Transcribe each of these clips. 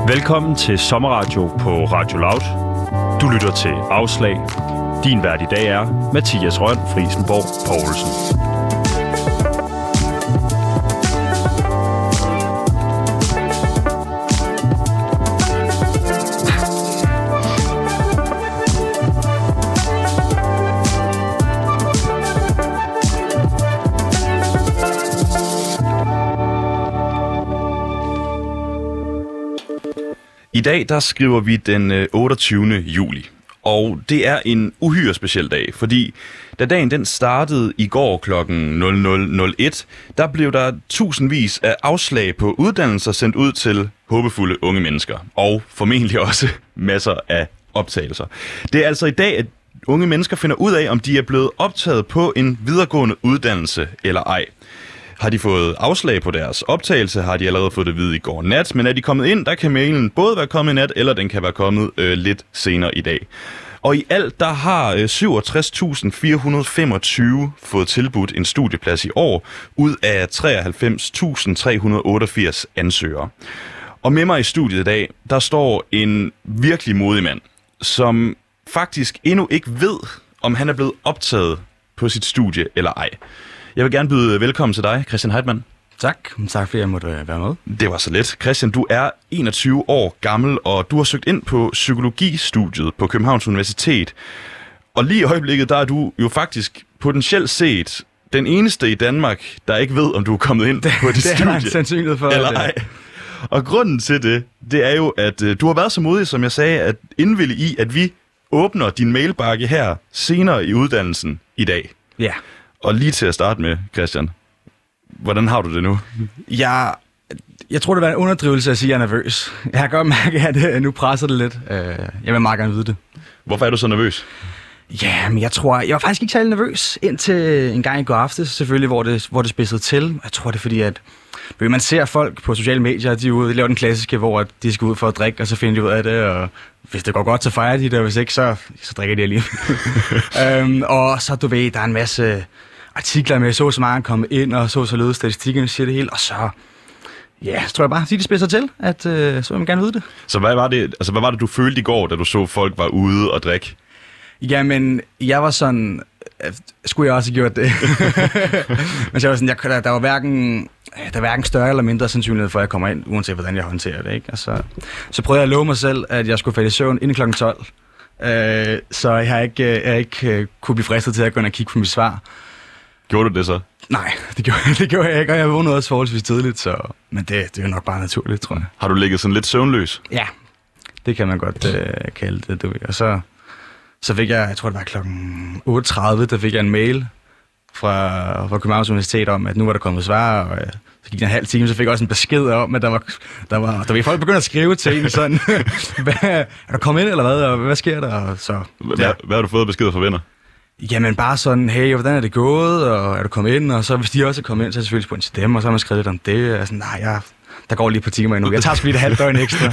Velkommen til Sommerradio på Radio Loud. Du lytter til Afslag. Din vært i dag er Mathias Røn Friesenborg Poulsen. I dag der skriver vi den 28. juli, og det er en uhyre speciel dag, fordi da dagen den startede i går kl. 00.01, der blev der tusindvis af afslag på uddannelser sendt ud til håbefulde unge mennesker, og formentlig også masser af optagelser. Det er altså i dag, at unge mennesker finder ud af, om de er blevet optaget på en videregående uddannelse eller ej. Har de fået afslag på deres optagelse, har de allerede fået det at vide i går nat, men er de kommet ind, der kan mailen både være kommet i nat, eller den kan være kommet lidt senere i dag. Og i alt, der har 67.425 fået tilbudt en studieplads i år, ud af 93.388 ansøgere. Og med mig i studiet i dag, der står en virkelig modig mand, som faktisk endnu ikke ved, om han er blevet optaget på sit studie eller ej. Jeg vil gerne byde velkommen til dig, Christian Heitmann. Tak fordi jeg måtte være med. Det var så let. Christian, du er 21 år gammel, og du har søgt ind på psykologistudiet på Københavns Universitet. Og lige i øjeblikket, der er du jo faktisk potentielt set den eneste i Danmark, der ikke ved, om du er kommet ind på det studie. Det er en sandsynlighed for, eller ej. Og grunden til det er jo, at du har været så modig, som jeg sagde, at indvillige i, at vi åbner din mailbakke her senere i uddannelsen i dag. Ja. Og lige til at starte med, Christian, hvordan har du det nu? Jeg tror, det var en underdrivelse at sige, at jeg er nervøs. Jeg kan godt mærke, at nu presser det lidt. Jeg vil meget gerne vide det. Hvorfor er du så nervøs? Ja, men jeg var faktisk ikke særlig nervøs indtil en gang i går aftes, selvfølgelig, hvor det spidsede til. Jeg tror, det er fordi, at man ser folk på sociale medier, de laver den klassiske, hvor de skal ud for at drikke, og så finder de ud af det, og hvis det går godt, så fejrer de det, og hvis ikke, så drikker de alligevel. Og så, der er en masse artikler med, så mange komme ind, og så lød statistikkerne, siger det hele, og så tror jeg bare, at de spidser til, at så vil man gerne vide det. Så hvad var det, du følte i går, da du så folk var ude og drikke? Jamen, jeg var sådan, skulle jeg også have gjort det. Men jeg var sådan, der var hverken større eller mindre sandsynlighed for, at jeg kommer ind, uanset hvordan jeg håndterer det, ikke? Altså, så prøvede jeg at love mig selv, at jeg skulle falde i søvn inden kl. 12. Så jeg ikke kunne blive fristet til at gå ind og kigge på mit svar. Gjorde du det så? Nej, det gjorde jeg ikke, og jeg vågnede også forholdsvis tidligt, men det er jo nok bare naturligt, tror jeg. Har du ligget sådan lidt søvnløs? Ja, det kan man godt kalde det, du ved. Og så fik jeg tror det var klokken 8.30, der fik jeg en mail fra Københavns Universitet om, at nu var der kommet svar, og så gik der en halv time, så fik jeg også en besked om, at der var folk begyndte at skrive til en sådan, er der kommet ind eller hvad, og hvad sker der? Og så, hvad har du fået beskeder fra venner? Jamen bare sådan, hey, hvordan er det gået, og er du kommet ind? Og så hvis de også er kommet ind, så er jeg selvfølgelig spurgt til dem, og så har man skrevet lidt om det, og sådan, nej, der går lige på timer endnu. Jeg tager sgu lige et halvt døgn ekstra.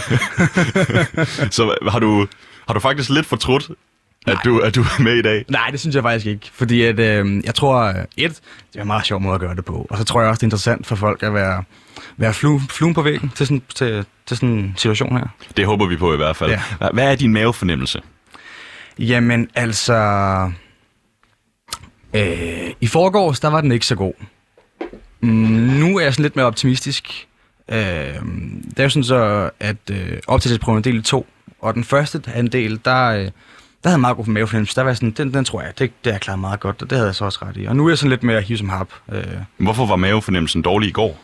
Så har du faktisk lidt fortrudt, at du er med i dag? Nej, det synes jeg faktisk ikke. Fordi at, jeg tror, det er en meget sjov måde at gøre det på. Og så tror jeg også, det er interessant for folk at være fluen på væggen til sådan en situation her. Det håber vi på i hvert fald. Ja. Hvad er din mavefornemmelse? Jamen altså, i forgårs, der var den ikke så god. Nu er jeg sådan lidt mere optimistisk. Det er jo sådan så, at optagelsesprøven er del 2. Og den første andel, der havde jeg meget god mavefornemmelse. Der var sådan, den tror jeg, det er jeg klaret meget godt, og det havde jeg så også ret i. Og nu er jeg sådan lidt mere hiv som hap. Hvorfor var mavefornemmelsen dårlig i går?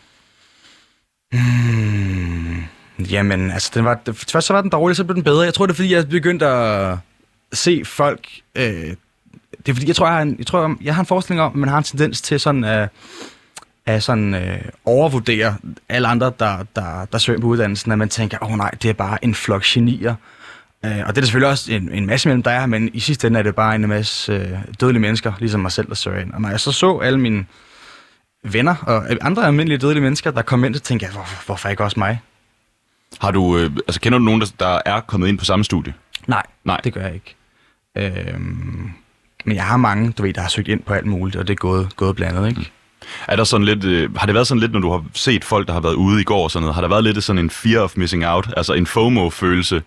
Jamen, altså, først så var den dårlig, så blev den bedre. Jeg tror, det er fordi, jeg begyndte at se folk. Det er fordi, jeg har en forestilling om, at man har en tendens til sådan at overvurdere alle andre, der søger på uddannelsen, at man tænker, nej, det er bare en flok genier. Og det er selvfølgelig også en masse mellem dig, men i sidste ende er det bare en masse dødelige mennesker, ligesom mig selv, der søger ind. Og når jeg så alle mine venner og andre almindelige dødelige mennesker, der kom ind, så tænkte jeg, hvorfor ikke også mig? Har du, kender du nogen, der er kommet ind på samme studie? Nej, det gør jeg ikke. Men jeg har mange, der har søgt ind på alt muligt, og det er gået blandet, ikke? Er der sådan lidt, har det været sådan lidt, når du har set folk, der har været ude i går og sådan noget, har der været lidt sådan en fear of missing out, altså en FOMO-følelse?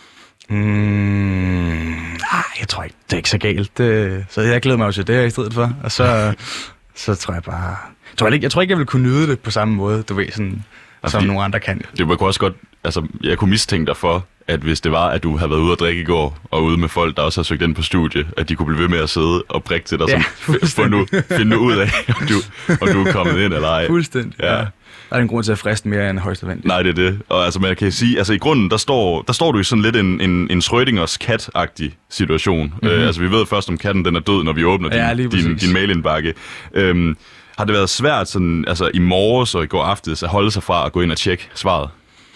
Jeg tror ikke, det er ikke så galt. Så jeg glæder mig jo til det i stedet for. Og så tror jeg bare... Jeg tror ikke, jeg vil kunne nyde det på samme måde, du ved, sådan, som nogle andre kan. Det kunne også godt... Altså, jeg kunne mistænke dig for, at hvis det var, at du havde været ude at drikke i går, og ude med folk, der også har søgt ind på studie, at de kunne blive ved med at sidde og prikke til dig, finde nu ud af, om du er kommet ind eller ej. Fuldstændig, ja. Der er en grund til at friste mere end højst nødvendigt. Nej, det er det. Og altså, man kan sige, altså i grunden, der står du i sådan lidt en Schrödingers kat-agtig situation. Mm-hmm. Altså, vi ved først, om katten den er død, når vi åbner din mailindbakke. Har det været svært sådan, altså, i morges og i går aftes at holde sig fra at gå ind og tjekke svaret?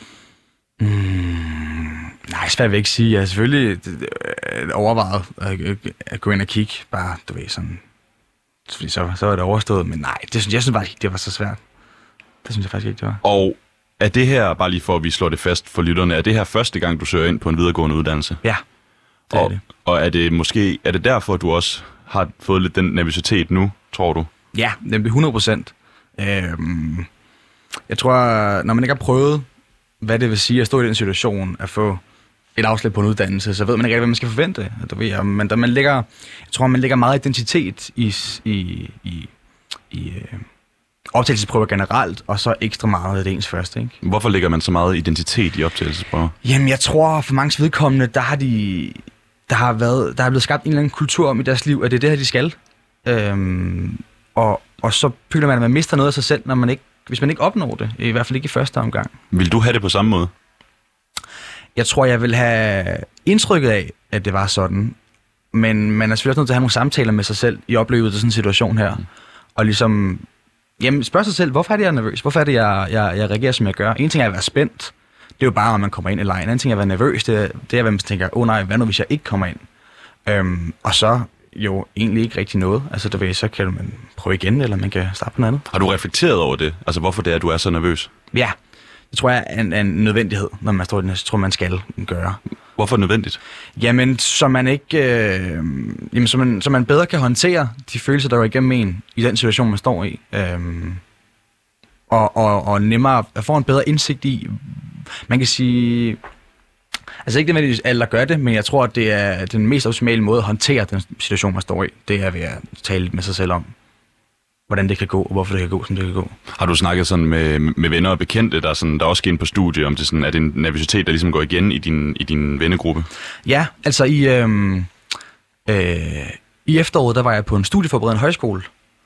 Nej, svært vil ikke sige. Jeg har selvfølgelig overvejet at gå ind og kigge. Bare, du ved, sådan... Fordi så er det overstået. Men nej, jeg synes faktisk ikke, det var så svært. Det synes jeg faktisk ikke, det var. Og er det her, bare lige for at vi slår det fast for lytterne, er det her første gang, du søger ind på en videregående uddannelse? Ja, det er det. Og er det derfor, du også har fået lidt den nervøsitet nu, tror du? Ja, nemlig 100%. Jeg tror, når man ikke har prøvet, hvad det vil sige at stå i den situation, at få et afslag på en uddannelse, så ved man ikke rigtig, hvad man skal forvente. Men jeg tror, man lægger meget identitet i optagelsesprøver generelt, og så ekstra meget af det ens første, ikke? Hvorfor lægger man så meget identitet i optagelsesprøver? Jamen, jeg tror, for mange vedkommende, der er blevet skabt en eller anden kultur om i deres liv, at det er det her, de skal. Og så føler man, at man mister noget af sig selv, hvis man ikke opnår det. I hvert fald ikke i første omgang. Vil du have det på samme måde? Jeg tror, jeg vil have indtrykket af, at det var sådan. Men man er selvfølgelig også nødt til at have nogle samtaler med sig selv i oplevet af sådan en situation her. Og ligesom spørge sig selv, hvorfor er det, jeg er nervøs? Hvorfor er det, jeg reagerer, som jeg gør? En ting er at være spændt. Det er jo bare, om man kommer ind eller ej. En anden ting er at være nervøs. Det er, hvad man tænker, nej, hvad nu, hvis jeg ikke kommer ind? Og så jo egentlig ikke rigtig noget. Altså, så kan man prøve igen, eller man kan starte på noget andet. Har du reflekteret over det? Altså, hvorfor det er, at du er så nervøs? Ja, det tror jeg er en nødvendighed, når man står i den her. Så tror man skal gøre. Hvorfor nødvendigt? Jamen, så man ikke... så man bedre kan håndtere de følelser, der går igennem en i den situation, man står i. Og nemmere at få en bedre indsigt i... Man kan sige... Altså ikke nødvendigvis alle, der gør det, men jeg tror, at det er den mest optimale måde at håndtere den situation, man står i. Det er ved at tale med sig selv om, hvordan det kan gå, og hvorfor det kan gå, som det kan gå. Har du snakket sådan med venner og bekendte, der også skal ind på studie, om det sådan, er det en nervøsitet, der ligesom går igen i din vennegruppe? Ja, altså i efteråret, der var jeg på en studieforberedende højskole,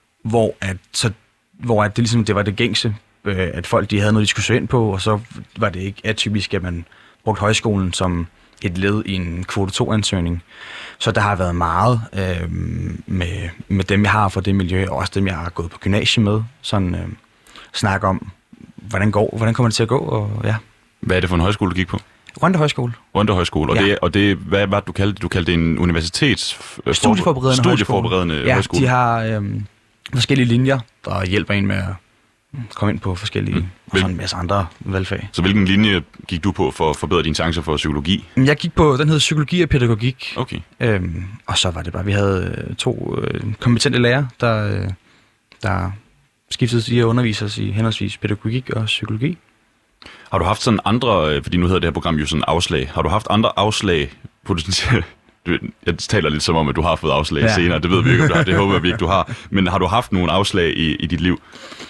hvor det ligesom det var det gængse, at folk de havde noget, de skulle søge ind på, og så var det ikke atypisk, at man brugte højskolen som et led i en kvote 2-ansøgning. Så der har været meget med dem, jeg har fra det miljø, og også dem, jeg har gået på gymnasiet med. Sådan snak om, hvordan kommer det til at gå, og ja. Hvad er det for en højskole, du gik på? Rønde Højskole. Rønde Højskole, og det hvad var det, du kaldte det? Du kaldte det en studieforberedende højskole. Ja, de har forskellige linjer, der hjælper en med at komme ind på forskellige, og sådan en masse andre valgfag. Så hvilken linje gik du på for at forbedre dine chancer for psykologi? Jeg gik på, den hed psykologi og pædagogik. Okay. Og så var det bare, vi havde 2 kompetente lærere, der skiftedes i at undervise os i henholdsvis pædagogik og psykologi. Har du haft sådan andre, fordi nu hedder det her program jo sådan afslag, har du haft andre afslag potentielt? Jeg taler lidt som om, at du har fået afslag senere, det ved vi ikke, om du har, det håber vi ikke, du har. Men har du haft nogle afslag i dit liv?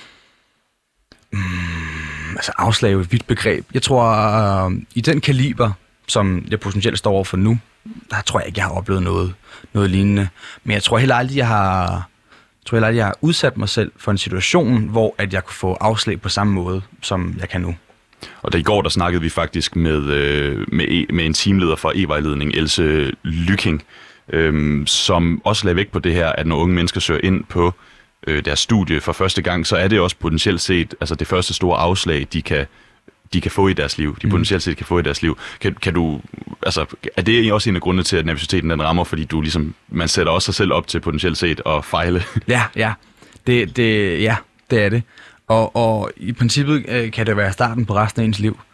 Altså afslag er jo et vidt begreb. Jeg tror, i den kaliber, som jeg potentielt står over for nu, der tror jeg ikke, jeg har oplevet noget lignende. Men jeg tror heller aldrig, jeg har udsat mig selv for en situation, hvor at jeg kunne få afslag på samme måde, som jeg kan nu. Og i går, der snakkede vi faktisk med en teamleder fra e-vejledning, Else Lyking, som også lagde vægt på det her, at når unge mennesker søger ind på deres studie for første gang, så er det også potentielt set altså det første store afslag, de kan få i deres liv. De potentielt set kan få i deres liv. Kan du, altså, er det også en af grundene til, at nervøsiteten den rammer, fordi du ligesom, man sætter også sig selv op til potentielt set at fejle? Ja. Det er det. Og i princippet kan det være starten på resten af ens liv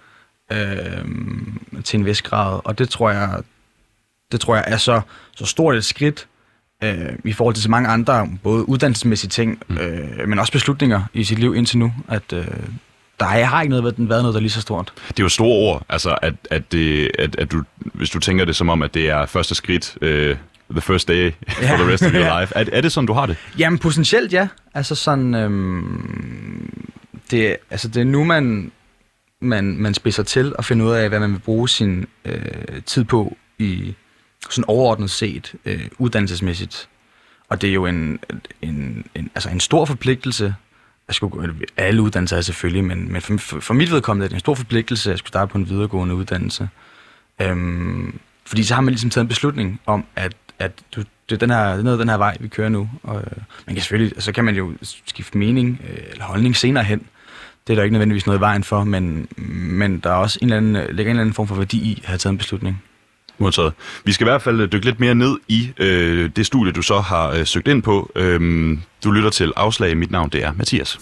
til en vis grad. Og det tror jeg er så stort et skridt, i forhold til så mange andre, både uddannelsesmæssige ting, men også beslutninger i sit liv indtil nu, at der har ikke været noget, der er lige så stort. Det er jo store ord, altså at du, hvis du tænker det som om, at det er første skridt, the first day for the rest of your life. Er det sådan, du har det? Jamen, potentielt ja. Altså sådan, det er nu, man spidser til at finde ud af, hvad man vil bruge sin tid på i sådan overordnet set, uddannelsesmæssigt. Og det er jo en stor forpligtelse. Alle uddannelser er selvfølgelig, men for mit vedkommende er det en stor forpligtelse, at skulle starte på en videregående uddannelse. Fordi så har man ligesom taget en beslutning om, at det er noget af den her vej, vi kører nu. Og man kan selvfølgelig, så kan man jo skifte mening eller holdning senere hen. Det er der ikke nødvendigvis noget i vejen for, men der er også ligger en eller anden form for værdi i at have taget en beslutning. Modtaget. Vi skal i hvert fald dykke lidt mere ned i det studie, du så har søgt ind på. Du lytter til Afslag. Mit navn, det er Mathias.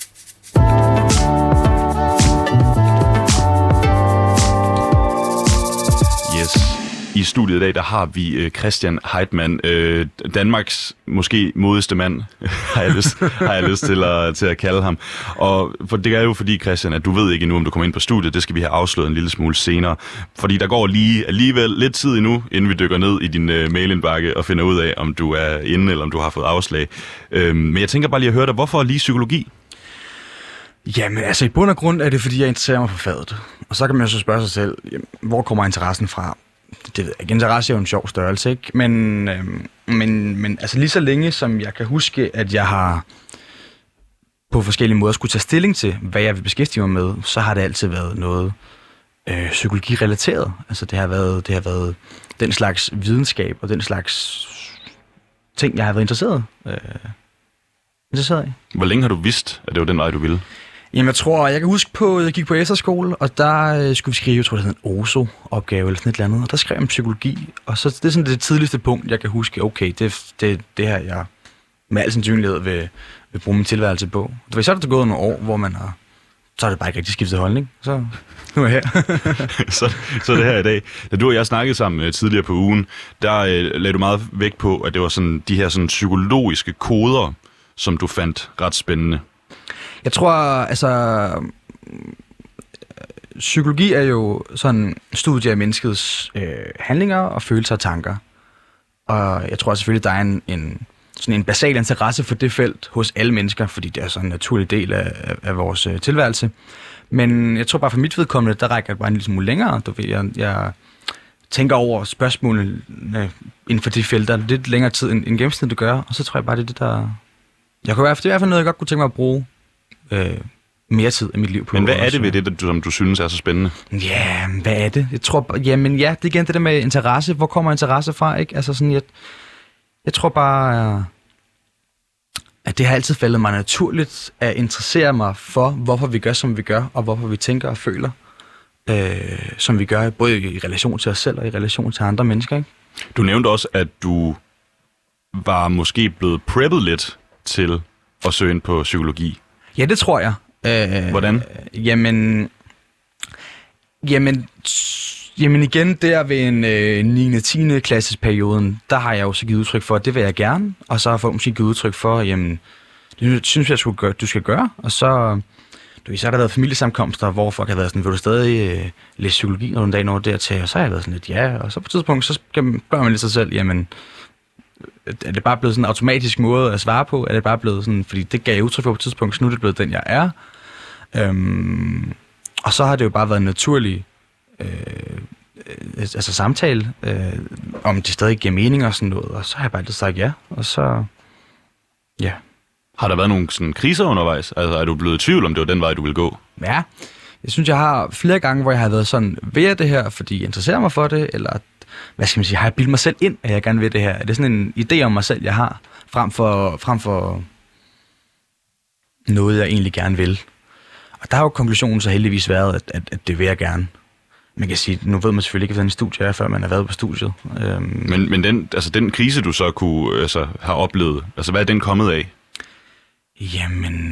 Yes. I studiet i dag, der har vi Christian Heitmann, Danmarks måske modigste mand, har jeg lyst til at kalde ham. Og for det er jo fordi, Christian, at du ved ikke endnu, om du kommer ind på studiet. Det skal vi have afsløret en lille smule senere. Fordi der går alligevel lidt tid endnu, inden vi dykker ned i din mailindbakke og finder ud af, om du er inde, eller om du har fået afslag. Men jeg tænker bare lige at høre dig, hvorfor lige psykologi? Jamen, altså i bund og grund er det, fordi jeg interesserer mig for faget. Og så kan man jo så spørge sig selv, hvor kommer interessen fra? Det ved jeg ikke. Interesse er jo en sjov størrelse, ikke? Men altså lige så længe, som jeg kan huske, at jeg har på forskellige måder skulle tage stilling til, hvad jeg vil beskæftige mig med, så har det altid været noget psykologi-relateret. Altså det har været den slags videnskab og den slags ting, jeg har været interesseret i. Hvor længe har du vidst, at det var den vej, du ville? Jamen, jeg kan huske jeg gik på efterskole, og der skulle vi skrive, jeg tror, det hed en OSO-opgave eller sådan et eller andet, og der skrev jeg om psykologi, og så det er sådan det tidligste punkt, jeg kan huske, okay, det her, jeg med al sandsynlighed vil bruge min tilværelse på. Så er der gået nogle år, hvor så er det bare ikke rigtig skiftet holdning, så nu er jeg her. så er det her i dag. Da du og jeg snakkede sammen tidligere på ugen, der lagde du meget vægt på, at det var sådan de her sådan psykologiske koder, som du fandt ret spændende. Jeg tror, altså, psykologi er jo sådan studie af menneskets handlinger og følelser og tanker. Og jeg tror selvfølgelig, der er sådan en basal interesse for det felt hos alle mennesker, fordi det er sådan en naturlig del af vores tilværelse. Men jeg tror bare for mit vedkommende, der rækker det bare en lille smule længere. Jeg tænker over spørgsmålene inden for de felter lidt længere tid end gennemsnitligt gør, og så tror jeg bare, det er det, der... Det er i hvert fald noget, jeg godt kunne tænke mig at bruge mere tid af mit liv på. Men hvad er det ved det, som du synes er så spændende? Ja, hvad er det? Jeg tror, det er igen det der med interesse. Hvor kommer interesse fra, ikke? Altså sådan, jeg tror bare, at det har altid faldet mig naturligt at interessere mig for, hvorfor vi gør, som vi gør, og hvorfor vi tænker og føler, som vi gør, både i relation til os selv og i relation til andre mennesker, ikke? Du nævnte også, at du var måske blevet preppet lidt til at søge ind på psykologi. Ja, det tror jeg. Hvordan? Jamen igen, der ved en 9. og 10. klasses perioden, der har jeg jo så givet udtryk for, at det vil jeg gerne, og så har folk måske givet udtryk for, jamen, det synes jeg, du skal gøre, og så har der været familiesamkomster, hvor folk har været sådan, vil du stadig læse psykologi, når du en dag når dertil, og så har jeg været sådan lidt, ja, og så på et tidspunkt, så spørger man lidt sig selv, jamen, er det bare blevet sådan en automatisk måde at svare på? Er det bare blevet sådan, fordi det gav jeg udtryk for på et tidspunkt, så nu er det blevet den, jeg er. Og så har det jo bare været en naturlig samtale, om det stadig giver mening og sådan noget, og så har jeg bare altid sagt ja, og så, ja. Har der været nogle sådan kriser undervejs? Altså, er du blevet i tvivl, om det var den vej, du ville gå? Ja, jeg synes, jeg har flere gange, hvor jeg har været sådan, vil jeg det her, fordi jeg interesserer mig for det, eller hvad skal man sige, har jeg bildet mig selv ind, at jeg gerne vil det her? Er det sådan en idé om mig selv, jeg har, frem for noget, jeg egentlig gerne vil? Og der har jo konklusionen så heldigvis været, at det vil jeg gerne. Man kan sige, nu ved man selvfølgelig ikke, hvordan studie er, før man har været på studiet. Men den krise, du så kunne have oplevet, altså hvad er den kommet af? Jamen,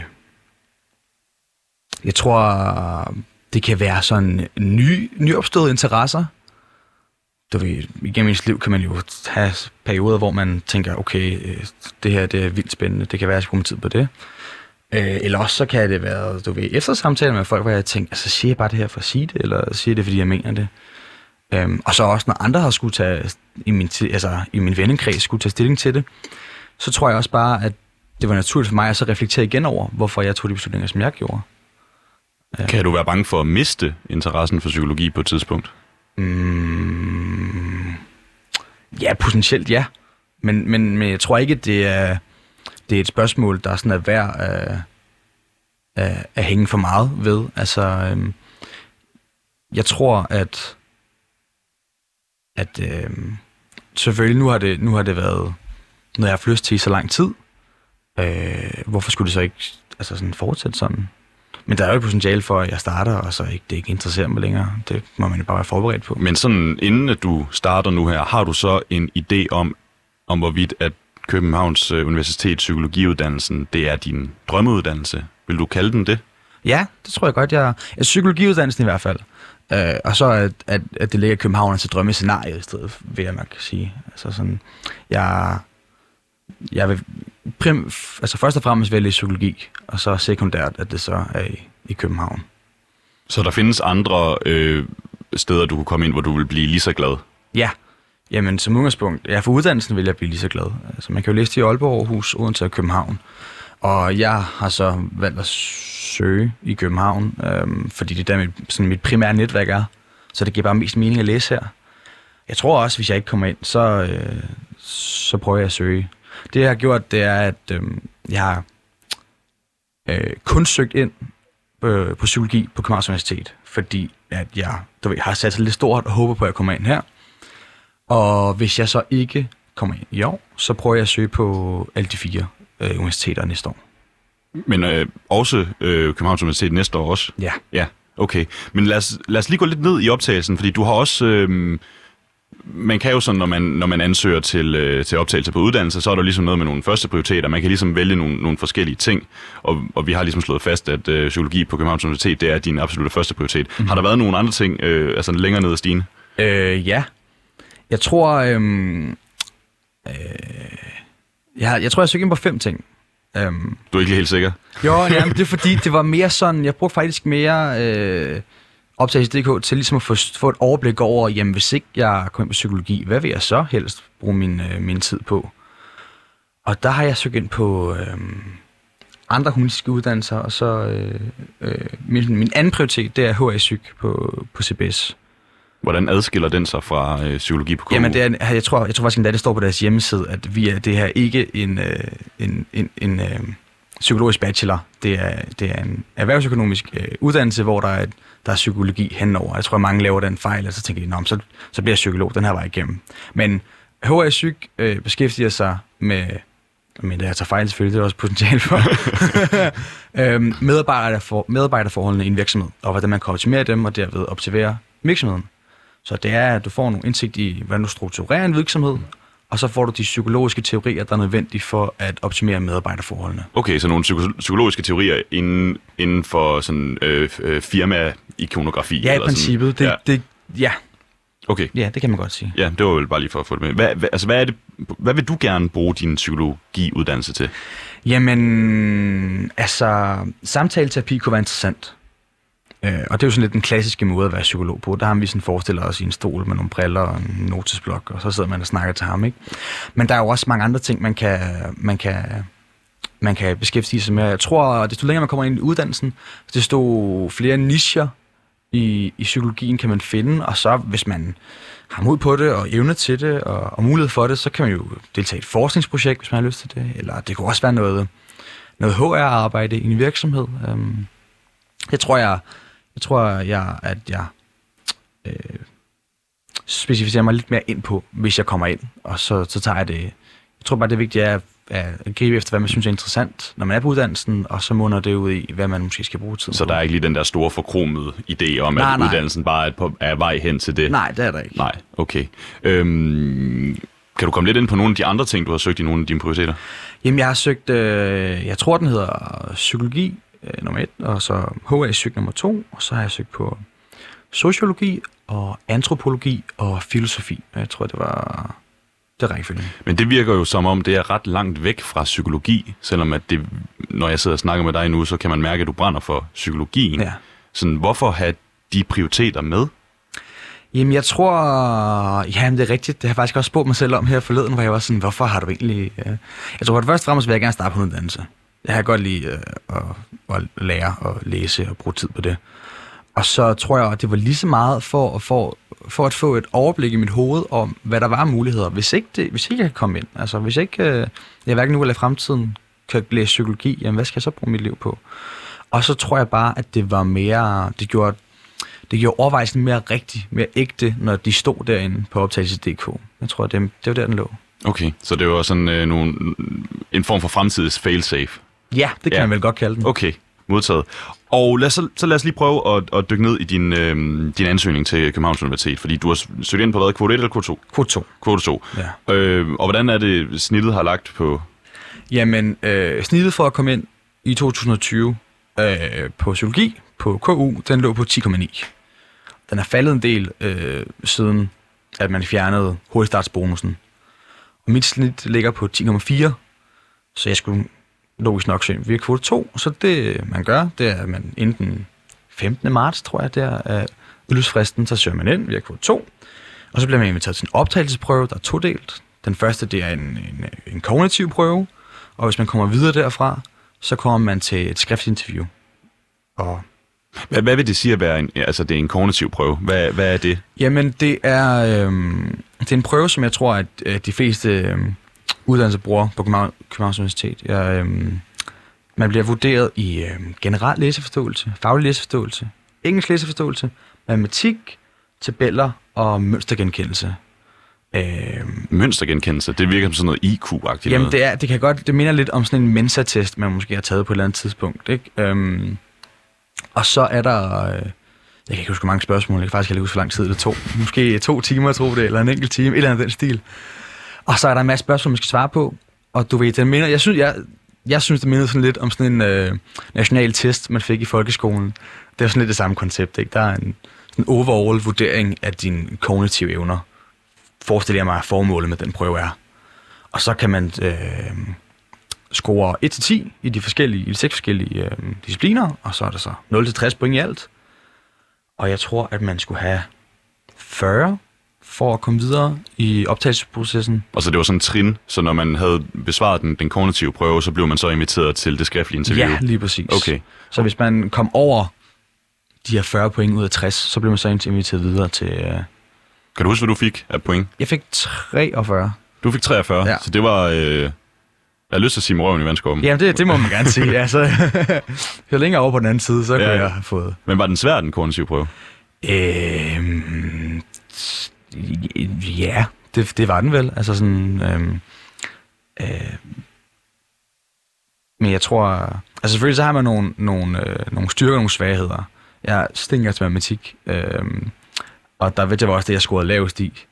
jeg tror, det kan være sådan nyopståede interesser. igennem ens liv kan man jo have perioder, hvor man tænker, okay, det her det er vildt spændende, det kan være, at jeg skal bruge tid på det. Eller også så kan det være, efter samtaler med folk, hvor jeg tænker, altså siger jeg bare det her for at sige det, eller siger jeg det, fordi jeg mener det. Og så også, når andre har skulle tage, i min vennekreds skulle tage stilling til det, så tror jeg også bare, at det var naturligt for mig at så reflektere igen over, hvorfor jeg tog de beslutninger, som jeg gjorde. Kan du være bange for at miste interessen for psykologi på et tidspunkt? Ja, potentielt ja. Men jeg tror ikke, det er et spørgsmål, der sådan er værd at hænge for meget ved. Altså, jeg tror, at selvfølgelig nu har det været noget, jeg har haft lyst til i så lang tid. Hvorfor skulle det så ikke sådan fortsætte sådan? Men der er jo et potentiale for, at jeg starter, og så det ikke interesserer mig længere. Det må man jo bare være forberedt på. Men sådan, inden at du starter nu her, har du så en idé om hvorvidt at Københavns Universitet psykologiuddannelsen, det er din drømmeuddannelse? Vil du kalde den det? Ja, det tror jeg godt. Psykologiuddannelsen i hvert fald. Og så at det ligger i København til drømmescenariet i stedet, vil jeg, man kan sige. Altså sådan, jeg vil først og fremmest vælge psykologi, og så sekundært, at det så er i København. Så der findes andre steder, du kunne komme ind, hvor du vil blive lige så glad? Ja. Jamen, som udgangspunkt, for uddannelsen vil jeg blive lige så glad. Altså, man kan jo læse det i Aalborg, Aarhus, Odense og København. Og jeg har så valgt at søge i København, fordi det er der mit primære netværk er. Så det giver bare mest mening at læse her. Jeg tror også, hvis jeg ikke kommer ind, så prøver jeg at søge. Det, jeg har gjort, det er, at jeg har kun søgt ind på psykologi på Københavns Universitet, fordi at jeg har sat sig lidt stort og håber på, at jeg kommer ind her. Og hvis jeg så ikke kommer ind i år, så prøver jeg at søge på alle de 4 universiteter næste år. Men også Københavns Universitet næste år også? Ja. Ja, okay. Men lad os lige gå lidt ned i optagelsen, fordi du har også... man kan jo sådan, når man ansøger til optagelse på uddannelse, så er der ligesom noget med nogle første prioriteter. Man kan ligesom vælge nogle forskellige ting, og vi har ligesom slået fast, at psykologi på Københavns Universitet, det er din absolutte første prioritet. Mm-hmm. Har der været nogle andre ting, længere ned ad stigen? Ja. Jeg tror, jeg søgte ind på 5 ting. Du er ikke helt sikker? Jo, jamen, det er fordi, det var mere sådan, jeg brugte faktisk mere optagelse.dk til ligesom at få et overblik over, jamen hvis ikke jeg kommer ind på psykologi, hvad vil jeg så helst bruge min tid på? Og der har jeg søgt ind på andre humanistiske uddannelser, og så min anden prioritet, det er HA Psyk på CBS. Hvordan adskiller den sig fra psykologi på KU? Jamen, jeg tror faktisk endda, det står på deres hjemmeside, at det her ikke en psykologisk bachelor. Det er en erhvervsøkonomisk uddannelse, hvor der er psykologi henover. Jeg tror, at mange laver den fejl, og så tænker de, så bliver jeg psykolog, den her vej igennem. Men HA Psyk beskæftiger sig med, men det jeg tager fejl selvfølgelig, det er også potentiale for, medarbejderforholdene i en virksomhed, og hvordan man kan optimere dem, og derved optimere virksomheden. Så det er, at du får nogle indsigt i, hvordan du strukturerer en virksomhed, og så får du de psykologiske teorier, der er nødvendige for at optimere medarbejderforholdene. Okay, så nogle psykologiske teorier inden for sådan firma-ikonografi? Ja, i princippet. Ja. Okay. Ja, det kan man godt sige. Ja, det var vel bare lige for at få det med. Hvad vil du gerne bruge din psykologiuddannelse til? Jamen, samtaleterapi kunne være interessant. Og det er jo sådan lidt den klassiske måde at være psykolog på. Der har vi sådan forestiller os i en stol med nogle briller og en notesblok, og så sidder man og snakker til ham, ikke? Men der er jo også mange andre ting, man kan beskæftige sig med. Jeg tror, at desto længere man kommer ind i uddannelsen, desto flere nicher i psykologien kan man finde, og så hvis man har mod på det, og evne til det, og mulighed for det, så kan man jo deltage i et forskningsprojekt, hvis man har lyst til det. Eller det kunne også være noget HR-arbejde i en virksomhed. Jeg tror, at jeg specificerer mig lidt mere ind på, hvis jeg kommer ind, og så tager jeg det. Jeg tror bare, det er vigtigt at gribe efter, hvad man synes er interessant, når man er på uddannelsen, og så munder det ud i, hvad man måske skal bruge tiden på. Så der er ikke lige den der store forkromede idé om, at uddannelsen bare er vej hen til det? Nej, det er der ikke. Nej, okay. Kan du komme lidt ind på nogle af de andre ting, du har søgt i nogle af dine prioriteter? Jamen, jeg har søgt, jeg tror, den hedder psykologi nummer 1, og så HA Psyk nummer 2, og så har jeg søgt på sociologi og antropologi og filosofi. Jeg tror, det var det rækkefølge. Men det virker jo som om, det er ret langt væk fra psykologi, selvom at det, når jeg sidder og snakker med dig nu, så kan man mærke, at du brænder for psykologien. Ja. Sådan, hvorfor have de prioriteter med? Jamen, jeg tror... Jamen, det er rigtigt. Det har jeg faktisk også spurgt mig selv om her forleden, hvor jeg var sådan, hvorfor har du egentlig... Jeg tror, at først og fremmest vil jeg gerne starte på en uddannelse. Jeg har godt lide at lære og læse og bruge tid på det. Og så tror jeg, at det var lige så meget for at få et overblik i mit hoved om, hvad der var af muligheder. Hvis ikke jeg kan komme ind, altså hvis ikke jeg hverken nu eller i fremtiden kan læse psykologi, jamen hvad skal jeg så bruge mit liv på? Og så tror jeg bare, at det var mere... Det gjorde overvejelsen mere rigtig, mere ægte, når de stod derinde på optagelse.dk. Jeg tror, det var der, den lå. Okay, så det var sådan en form for fremtidig failsafe. Ja, det kan man vel godt kalde den. Okay, modtaget. Og lad os lige prøve at dykke ned i din ansøgning til Københavns Universitet, fordi du har søgt ind på hvad? Kvote 1 eller kvote 2? Kvote 2. Kvote 2. Ja. Og hvordan er det, snittet har lagt på? Jamen, snittet for at komme ind i 2020 på psykologi på KU, den lå på 10,9. Den er faldet en del siden, at man fjernede hurtigstartsbonusen. Og mit snit ligger på 10,4, så jeg skulle logisk nok søge via kvote 2. Så det, man gør, det er, at man inden den 15. marts, tror jeg, der er udløbsfristen, så søger man ind via kvote 2. Og så bliver man inviteret til en optagelsesprøve, der er todelt. Den første, det er en kognitiv prøve, og hvis man kommer videre derfra, så kommer man til et skriftligt interview. Og hvad vil det sige at være det er en kognitiv prøve? Hvad er det? Jamen, det er en prøve, som jeg tror, at de fleste uddannelser bruger på Københavns Universitet. Man bliver vurderet i generel læseforståelse, faglig læseforståelse, engelsk læseforståelse, matematik, tabeller og mønstergenkendelse. Mønstergenkendelse, det virker som sådan noget IQ-agtigt. Jamen, det minder lidt om sådan en Mensa-test, man måske har taget på et eller andet tidspunkt, ikke? Og så er der... jeg kan ikke huske mange spørgsmål. Jeg kan faktisk ikke huske, hvor lang tid det tog. Måske 2 timer, tror det, eller en enkelt time. Et eller andet den stil. Og så er der en masse spørgsmål, man skal svare på. Og du ved, den minder... Jeg synes, det minder sådan lidt om sådan en national test, man fik i folkeskolen. Det er sådan lidt det samme koncept, ikke? Der er en overall vurdering af dine kognitive evner. Forestiller jeg mig, at formålet med den prøve er. Og så kan man... score 1-10 i de 6 forskellige discipliner, og så er der så 0-60 point i alt. Og jeg tror, at man skulle have 40 for at komme videre i optagelsesprocessen. Og så det var sådan en trin, så når man havde besvaret den kognitive prøve, så blev man så inviteret til det skriftlige interview? Ja, lige præcis. Okay. Så hvis man kom over de her 40 point ud af 60, så blev man så inviteret videre til... Kan du huske, hvad du fik af point? Jeg fik 43. Du fik 43, ja. Så det var... Jeg har lyst til at sige med røven i vandskorben. Jamen, det må man gerne sige. Altså, jo længere over på den anden side, så kunne jeg have fået... Men var den svær, den kognitive prøve? Ja, det var den vel. Altså sådan... men jeg tror... Altså selvfølgelig så har man nogle styrker og nogle svagheder. Jeg stinker til matematik. Og det var også det, jeg scorede lavest i.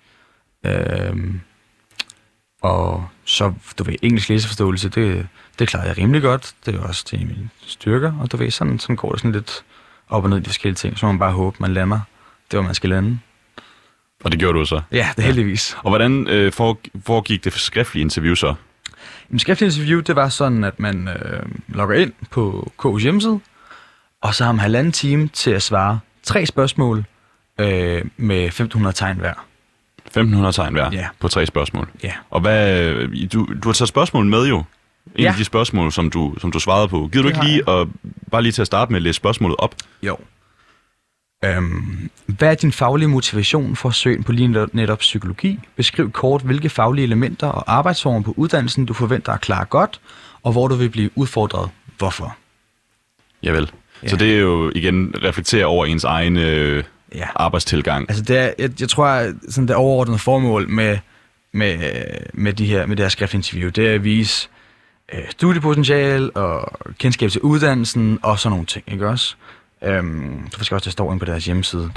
Og så, du ved, engelsk læseforståelse, det klarede jeg rimelig godt. Det er også til mine styrker, og du ved, sådan går det sådan lidt op og ned i de forskellige ting. Så må man bare håbe, man lander. Det var, man skal lande. Og det gjorde du så? Ja, det heldigvis. Og hvordan foregik det skriftlige interview så? Et skriftligt interview, det var sådan, at man logger ind på KU's hjemmeside, og så har man 1,5 time til at svare 3 spørgsmål med 1.500 tegn hver. 1.500 tegn hver på 3 spørgsmål. Ja. Og du har taget spørgsmål med jo. En af de spørgsmål, som du svarede på. Gider du ikke lige bare lige til at starte med at læse spørgsmålet op? Jo. Hvad er din faglige motivation for at søge ind på lige netop psykologi? Beskriv kort, hvilke faglige elementer og arbejdsformer på uddannelsen, du forventer at klare godt, og hvor du vil blive udfordret. Hvorfor? Javel. Ja. Så det er jo igen reflektere over ens egen arbejdstilgang. Altså det er, jeg tror, at sådan det overordnede formål med det her skriftinterview, det er at vise studiepotentiale og kendskab til uddannelsen og sådan nogle ting, ikke også? Så skal også der står inde på deres hjemmeside.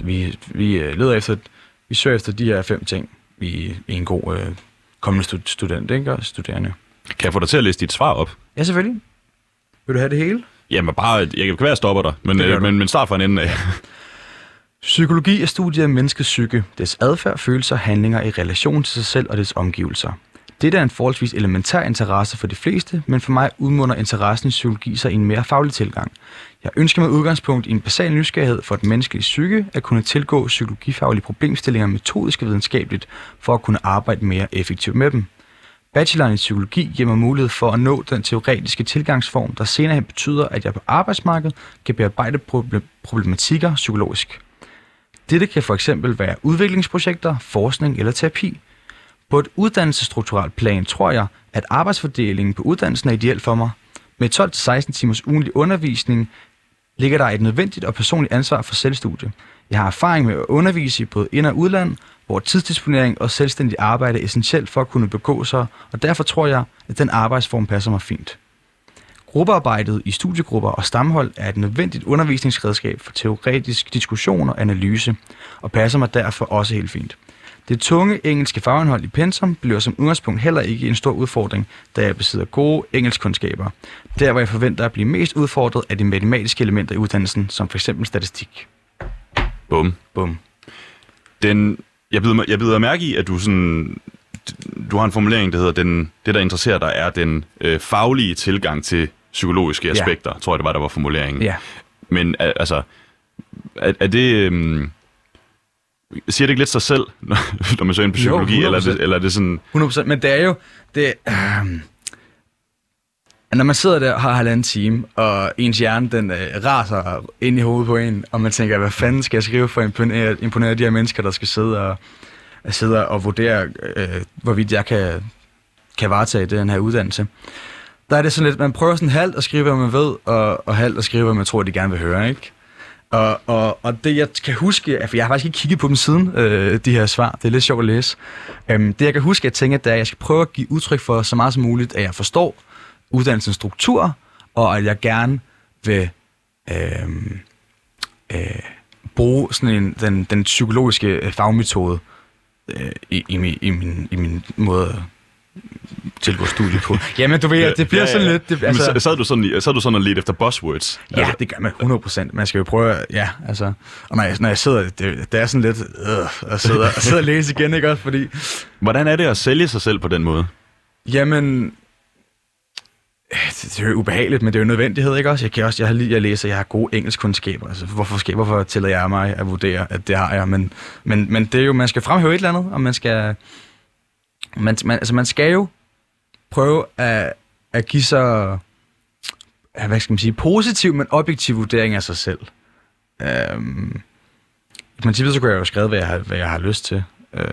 Vi søger efter de her 5 ting i en god kommende student, ikke? Og studerende. Kan jeg få dig til at læse dit svar op? Ja, selvfølgelig. Vil du have det hele? Jamen bare, jeg kan være, jeg stopper dig, men start fra en ende af. Psykologi er studiet af menneskets psyke, dets adfærd, følelser og handlinger i relation til sig selv og dets omgivelser. Dette er en forholdsvis elementær interesse for de fleste, men for mig udmunder interessen i psykologi sig i en mere faglig tilgang. Jeg ønsker med udgangspunkt i en basal nysgerrighed for den menneskelige psyke at kunne tilgå psykologifaglige problemstillinger metodisk og videnskabeligt for at kunne arbejde mere effektivt med dem. Bacheloren i psykologi giver mig mulighed for at nå den teoretiske tilgangsform, der senere hen betyder, at jeg på arbejdsmarkedet kan bearbejde problematikker psykologisk. Dette kan for eksempel være udviklingsprojekter, forskning eller terapi. På et uddannelsesstrukturelt plan tror jeg, at arbejdsfordelingen på uddannelsen er ideel for mig. Med 12-16 timers ugentlig undervisning ligger der et nødvendigt og personligt ansvar for selvstudie. Jeg har erfaring med at undervise i både ind- og udland, hvor tidsdisponering og selvstændig arbejde er essentielt for at kunne begå sig, og derfor tror jeg, at den arbejdsform passer mig fint. Gruppearbejdet i studiegrupper og stamhold er et nødvendigt undervisningsredskab for teoretisk diskussion og analyse, og passer mig derfor også helt fint. Det tunge engelske fagindhold i pensum bliver som udgangspunkt heller ikke en stor udfordring, da jeg besidder gode engelskkundskaber. Der, hvor jeg forventer at blive mest udfordret, er de matematiske elementer i uddannelsen, som f.eks. statistik. Bum. Bum. Jeg bider mærke i, at du har en formulering, der hedder, det der interesserer dig, er den faglige tilgang til psykologiske aspekter, tror jeg det var, der var formuleringen. Ja. Men altså, er det... siger det ikke lidt sig selv, når man søger ind på psykologi, jo, eller er det sådan... 100%, men det er jo... Når man sidder der og har 1,5 time, og ens hjerne den raser ind i hovedet på en, og man tænker, hvad fanden skal jeg skrive for at imponere de her mennesker, der skal sidde og vurdere, hvorvidt jeg kan varetage den her uddannelse. Der er det sådan lidt, man prøver sådan halvt at skrive, hvad man ved, og halvt at skrive, hvad man tror, de gerne vil høre, ikke? Og det jeg kan huske, for jeg har faktisk ikke kigget på dem siden, de her svar, det er lidt sjovt at læse. Det jeg kan huske, at tænke, det er, at jeg skal prøve at give udtryk for så meget som muligt, at jeg forstår uddannelsens struktur, og at jeg gerne vil bruge sådan den psykologiske fagmetode i min måde at tilgå studie på. Jamen, du ved, det bliver sådan lidt... Det, altså, sad du sådan og lidt efter buzzwords? Ja, altså. Det gør man 100%. Man skal jo prøve altså... Og når jeg sidder... Det er sådan lidt... at sidde og læse igen, ikke også? Fordi... Hvordan er det at sælge sig selv på den måde? Jamen... Det er jo ubehageligt, men det er jo nødvendighed, ikke også? Jeg har gode engelskkundskaber. Altså, hvorfor tillader jeg mig at vurdere, at det har jeg? Men det er jo... Man skal fremhæve et eller andet, og man skal... Man skal jo prøve at give sig, hvad skal man sige, positiv, men objektiv vurdering af sig selv. I princippet så kunne jeg jo skrive, hvad jeg har lyst til.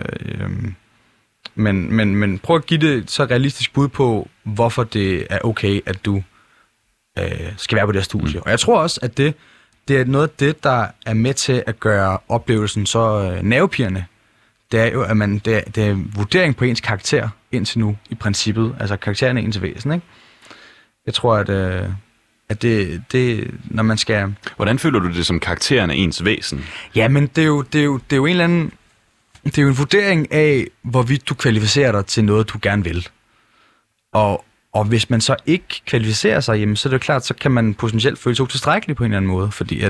Men prøv at give det så realistisk bud på, hvorfor det er okay, at du skal være på det her studie. Og jeg tror også, at det er noget af det, der er med til at gøre oplevelsen så nervepirrende. Det er jo, at det er vurdering på ens karakter indtil nu, i princippet. Altså karakteren er ens væsen, ikke? Jeg tror, at det når man skal... Hvordan føler du det som karakteren af ens væsen? Ja, men det er jo en eller anden... Det er jo en vurdering af, hvorvidt du kvalificerer dig til noget, du gerne vil. Og hvis man så ikke kvalificerer sig, jamen, så er det jo klart, så kan man potentielt føle sig utilstrækkelig på en eller anden måde, fordi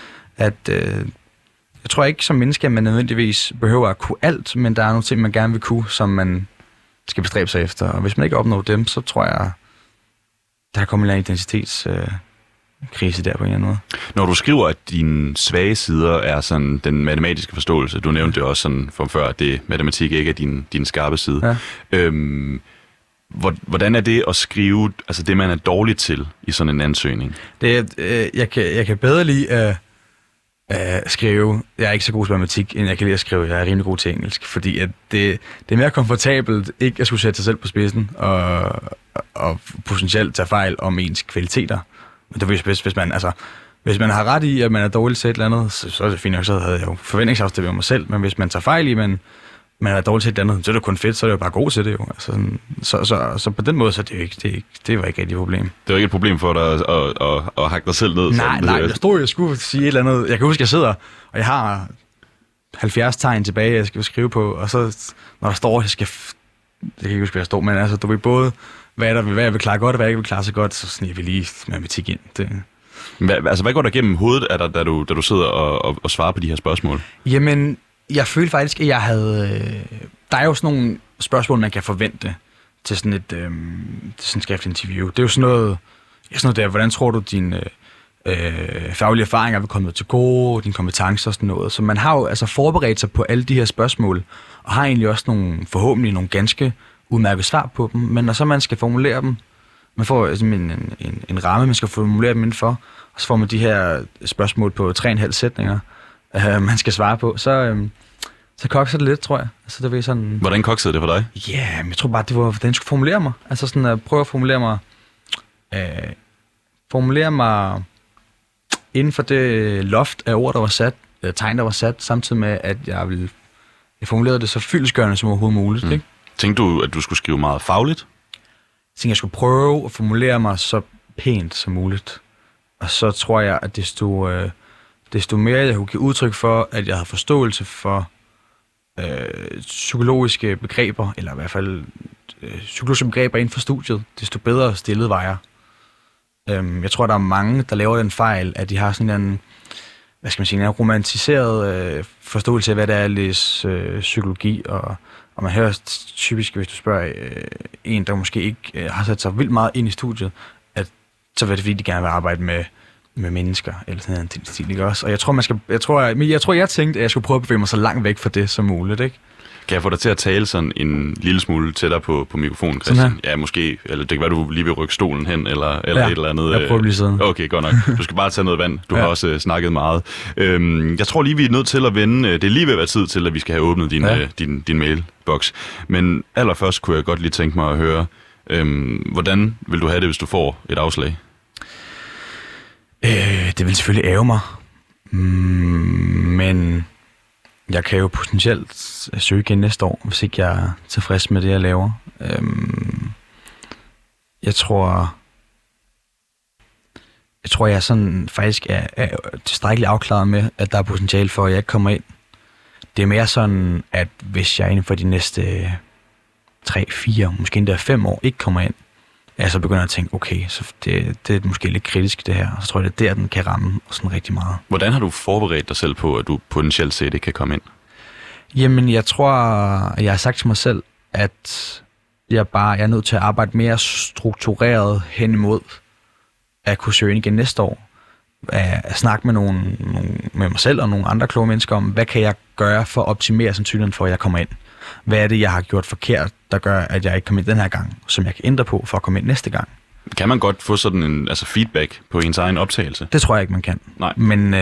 jeg tror ikke som menneske, at man nødvendigvis behøver at kunne alt, men der er nogle ting, man gerne vil kunne, som man skal bestræbe sig efter. Og hvis man ikke opnår dem, så tror jeg, der kommer en eller anden identitetskrise der på en eller anden måde. Når du skriver, at dine svage sider er sådan den matematiske forståelse, du nævnte det også sådan for før, at matematik ikke er din skarpe side. Ja. Hvordan er det at skrive, altså det, man er dårlig til i sådan en ansøgning? Jeg kan bedre lide at skrive. Jeg er ikke så god til matematik, end jeg kan lide at skrive. Jeg er rimelig god til engelsk, fordi at det er mere komfortabelt ikke at skulle sætte sig selv på spidsen og potentielt tage fejl om ens kvaliteter. Men det er hvis man har ret i, at man er dårlig til et eller andet, så er det fint nok, så havde jeg jo forventningsafstemning om mig selv. Men hvis man tager fejl i, man er dårlig til et eller andet, så er det kun fedt, så er det jo bare god til det jo. Altså, så på den måde, så det var ikke rigtig et problem. Det var ikke et problem for dig at hakke dig selv ned? Nej, jeg skulle sige et eller andet. Jeg kan huske, jeg sidder, og jeg har 70 tegn tilbage, jeg skal skrive på, og så, når der står, jeg kan ikke huske, hvad der står, men altså, du ved både, hvad jeg vil klare godt, og hvad jeg ikke vil klare så godt, så sniger vi lige matematik ind. Hvad går der gennem hovedet af dig, da du sidder og svarer på de her spørgsmål? Jamen, jeg følte faktisk, at jeg havde... Der er jo sådan nogle spørgsmål, man kan forvente til sådan et skriftligt interview. Det er jo sådan noget der, hvordan tror du, dine faglige erfaringer vil komme til gode, dine kompetencer og sådan noget. Så man har jo altså forberedt sig på alle de her spørgsmål, og har egentlig også forhåbentlig nogle ganske udmærkede svar på dem. Men når så man skal formulere dem, man får en ramme, man skal formulere dem indenfor, og så får man de her spørgsmål på 3,5 sætninger, man skal svare på, så kokser det lidt, tror jeg. Altså, det var sådan... Hvordan koksede det for dig? Ja, jeg tror bare, det var, hvordan jeg skulle formulere mig. Altså sådan at prøve at formulere mig inden for det loft af ord, der var sat, tegn, der var sat, samtidig med, at jeg formulerede det så fyldestgørende som overhovedet muligt. Ikke? Tænkte du, at du skulle skrive meget fagligt? Jeg tænkte, jeg skulle prøve at formulere mig så pænt som muligt. Og så tror jeg, at desto mere jeg kunne give udtryk for, at jeg havde forståelse for psykologiske begreber, eller i hvert fald psykologiske begreber inden for studiet, desto bedre stillet var jeg. Jeg tror, der er mange, der laver den fejl, at de har sådan en, en romantiseret forståelse af, hvad det er at læse psykologi, og man hører typisk, hvis du spørger en, der måske ikke har sat sig vildt meget ind i studiet, at så vil det fordi, de gerne vil arbejde med mennesker, eller sådan en stil, ikke også? Og jeg tænkte, at jeg skulle prøve at bevæge mig så langt væk fra det som muligt, ikke? Kan jeg få dig til at tale sådan en lille smule tættere på mikrofonen, Christian? Ja, måske. Eller det kan være, du lige vil rykke stolen hen, eller et eller andet. Jeg prøver lige siden. Okay, godt nok. Du skal bare tage noget vand. Du har også snakket meget. Jeg tror lige, vi er nødt til at vende. Det er lige ved at være tid til, at vi skal have åbnet din mailbox. Men allerførst kunne jeg godt lige tænke mig at høre, hvordan vil du have det, hvis du får et afslag? Det vil selvfølgelig ærge mig. Men jeg kan jo potentielt søge igen næste år, hvis ikke jeg er tilfreds med det, jeg laver. Jeg tror, jeg sådan faktisk er tilstrækkeligt afklaret med, at der er potentiale for, at jeg ikke kommer ind. Det er mere sådan, at hvis jeg inden for de næste 3, 4, måske endda 5 år ikke kommer ind, jeg så begynder at tænke, okay, så det er måske lidt kritisk det her, og så tror jeg, det er der, den kan ramme sådan rigtig meget. Hvordan har du forberedt dig selv på, at du potentielt set ikke kan komme ind? Jamen, jeg tror, jeg har sagt til mig selv, at jeg er nødt til at arbejde mere struktureret hen imod at kunne søge ind igen næste år. At snakke med med mig selv og nogle andre kloge mennesker om, hvad kan jeg gøre for at optimere sandsynligheden for, at jeg kommer ind? Hvad er det, jeg har gjort forkert, der gør, at jeg ikke kommer ind den her gang, som jeg kan ændre på for at komme ind næste gang? Kan man godt få sådan en feedback på ens egen optagelse? Det tror jeg ikke, man kan. Nej.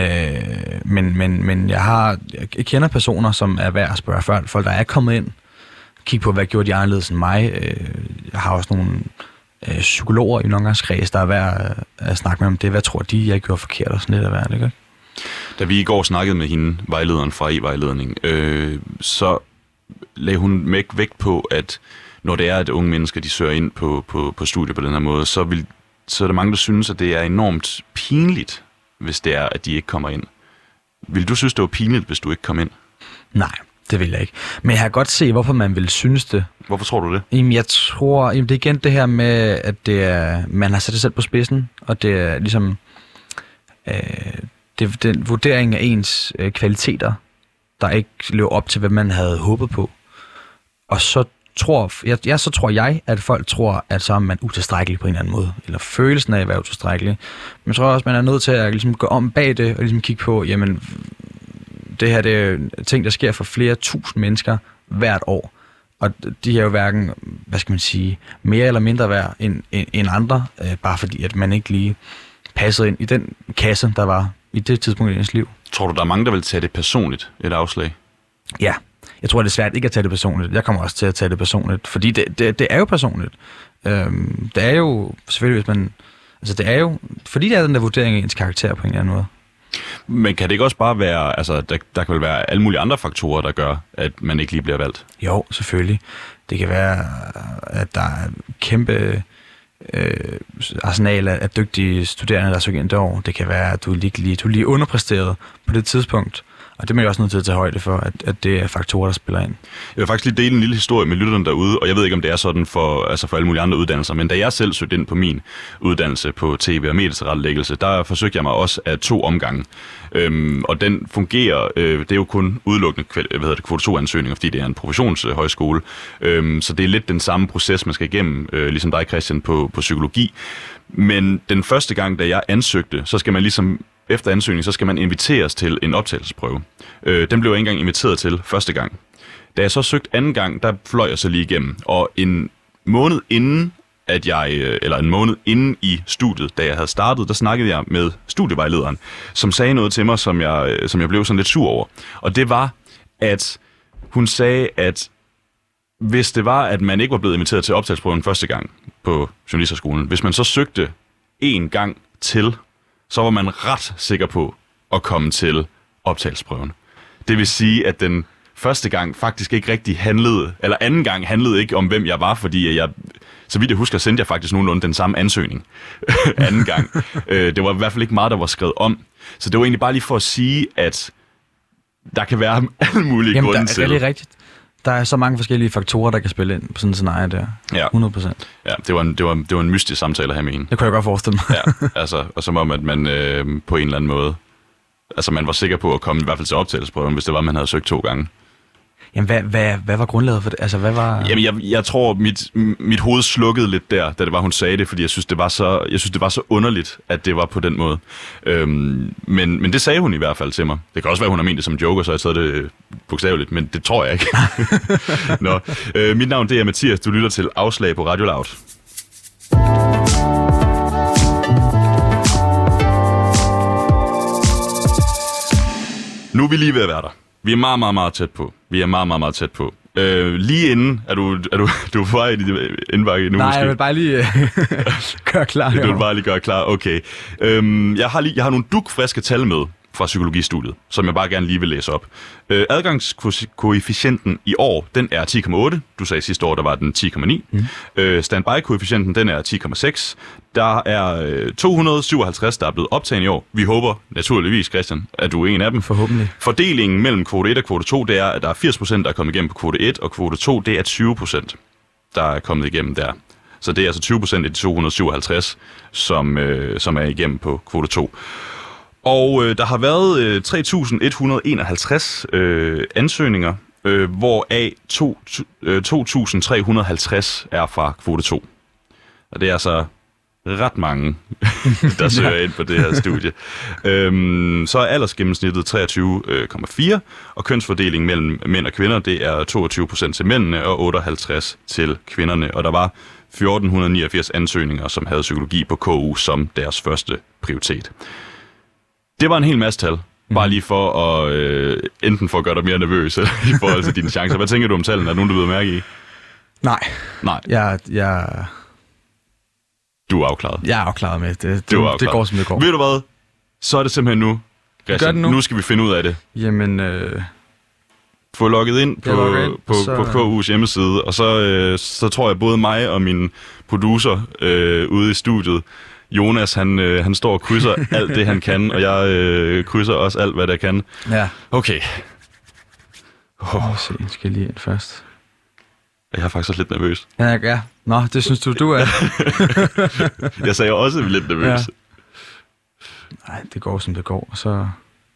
Men jeg kender personer, som er værd at spørge før. Folk, der er kommet ind, kigge på, hvad gjorde de anderledes end mig. Jeg har også nogle psykologer i min omgangskreds, der er værd at snakke med om det. Hvad tror de, jeg gjorde forkert og sådan lidt af værd, ikke? Da vi i går snakkede med hende, vejlederen fra e-vejledning, så lagde hun vægt på, at når det er, at unge mennesker de søger ind på studier på den her måde, så er der mange, der synes, at det er enormt pinligt, hvis det er, at de ikke kommer ind. Vil du synes, det var pinligt, hvis du ikke kom ind? Nej, det vil jeg ikke. Men jeg kan godt se, hvorfor man vil synes det. Hvorfor tror du det? Jamen, jeg tror, det er igen det her med, at man har sat det selv på spidsen, og det er ligesom den vurdering af ens kvaliteter, der ikke lever op til, hvad man havde håbet på. Og så tror jeg, at folk tror, at så er man utilstrækkelig på en eller anden måde. Eller følelsen af at være utilstrækkelig. Men jeg tror også, man er nødt til at ligesom gå om bag det, og ligesom kigge på, jamen, det her det er ting, der sker for flere tusind mennesker hvert år. Og de er jo hverken, mere eller mindre værd end andre, bare fordi, at man ikke lige passede ind i den kasse, der var i det tidspunkt i ens liv. Tror du, der er mange, der vil tage det personligt, et afslag? Ja. Jeg tror, det er svært ikke at tage det personligt. Jeg kommer også til at tage det personligt, fordi det er jo personligt. Det er jo selvfølgelig, hvis man... Altså, det er jo... Fordi det er den der vurdering af ens karakter på en eller anden måde. Men kan det ikke også bare være... Altså, der kan vel være alle mulige andre faktorer, der gør, at man ikke lige bliver valgt? Jo, selvfølgelig. Det kan være, at der er kæmpe arsenal af dygtige studerende, der søger ind det år. Det kan være, at du er lige underpræsteret på det tidspunkt. Og det er man jo også nødt til at tage højde for, at det er faktorer, der spiller ind. Jeg vil faktisk lige dele en lille historie med lytterne derude, og jeg ved ikke, om det er sådan for alle mulige andre uddannelser, men da jeg selv søgte ind på min uddannelse på TV og medietilrettelæggelse, der forsøgte jeg mig også af 2 omgange. Og den fungerer, det er jo kun udelukkende kvote 2-ansøgninger, fordi det er en professionshøjskole. Så det er lidt den samme proces, man skal igennem, ligesom dig, Christian, på psykologi. Men den første gang, da jeg ansøgte, så skal man ligesom efter ansøgning, så skal man inviteres til en optagelsesprøve. Den blev jeg ikke engang inviteret til første gang. Da jeg så søgte anden gang, der fløj jeg så lige igennem. Og en måned inden, en måned inden i studiet, da jeg havde startet, der snakkede jeg med studievejlederen, som sagde noget til mig, som jeg blev sådan lidt sur over. Og det var, at hun sagde, at hvis det var, at man ikke var blevet inviteret til optagelsesprøven første gang på journalisterskolen, hvis man så søgte en gang til, så var man ret sikker på at komme til optagelsesprøven. Det vil sige, at den første gang faktisk ikke rigtig handlede, eller anden gang handlede ikke om, hvem jeg var, fordi jeg, så vidt jeg husker, sendte jeg faktisk nogenlunde den samme ansøgning anden gang. Det var i hvert fald ikke meget, der var skrevet om. Så det var egentlig bare lige for at sige, at der kan være alle mulige grunde til. Jamen, det er rigtigt. Der er så mange forskellige faktorer, der kan spille ind på sådan en scenarie der. Ja. 100%. Ja, det var en mystisk samtale at have med en. Det kunne jeg godt forestille mig. Ja, altså, og som om, at man på en eller anden måde, altså man var sikker på at komme i hvert fald til optagelsesprøven, hvis det var, man havde søgt 2 gange. Jamen, hvad var grundlaget for det? Altså, hvad var... Jamen, jeg tror, mit hoved slukkede lidt der, da det var, hun sagde det, fordi jeg synes, det var så underligt, at det var på den måde. Men det sagde hun i hvert fald til mig. Det kan også være, hun har ment det som joker, så jeg taget det bogstaveligt, men det tror jeg ikke. Nå, mit navn det er Mathias, du lytter til Afslag på Radio Loud. Nu er vi lige ved at være der. Vi er meget, meget, meget tæt på. Meget tæt på. Lige inden, er du på vej i dit indbakke nu? Nej, måske? jeg vil bare lige gøre klar. Du vil bare lige gøre klar, okay. Jeg har nogle dugfriske tal med fra psykologistudiet, som jeg bare gerne lige vil læse op. Adgangskoefficienten i år, den er 10,8. Du sagde sidste år, der var den 10,9. Standby-koefficienten, den er 10,6. Der er 257, der er blevet optaget i år. Vi håber naturligvis, Christian, at du er en af dem. Forhåbentlig. Fordelingen mellem kvote 1 og kvote 2, det er, at der er 80%, der er kommet igennem på kvote 1, og kvote 2, det er 20%, der er kommet igennem der. Så det er altså 20% af de 257, som er igennem på kvote 2. Og der har været 3.151 ansøgninger, hvoraf 2.350 er fra kvote 2. Og det er altså ret mange, der søger ind på det her studie. Så er aldersgennemsnittet 23,4, og kønsfordelingen mellem mænd og kvinder, det er 22% til mændene og 58% til kvinderne. Og der var 1.489 ansøgninger, som havde psykologi på KU som deres første prioritet. Det var en hel masse tal, bare lige for at enten for at gøre dig mere nervøs i forhold til dine chancer. Hvad tænker du om tallene? Er der nogen, du ved mærke i? Nej. Du er afklaret. Jeg er afklaret med det. Det går, som det går. Ved du hvad? Så er det simpelthen nu. Christian, nu skal vi finde ud af det. Jamen... Få logget ind på KU's hjemmeside, og så tror jeg både mig og min producer ude i studiet, Jonas, han står og krydser alt det, han kan, og jeg krydser også alt, hvad der kan. Ja. Okay. Se, jeg skal lige ind først. Jeg er faktisk også lidt nervøs. Ja. Nå, det synes du er. Jeg sagde også lidt nervøs. Ja. Nej, det går, som det går, så...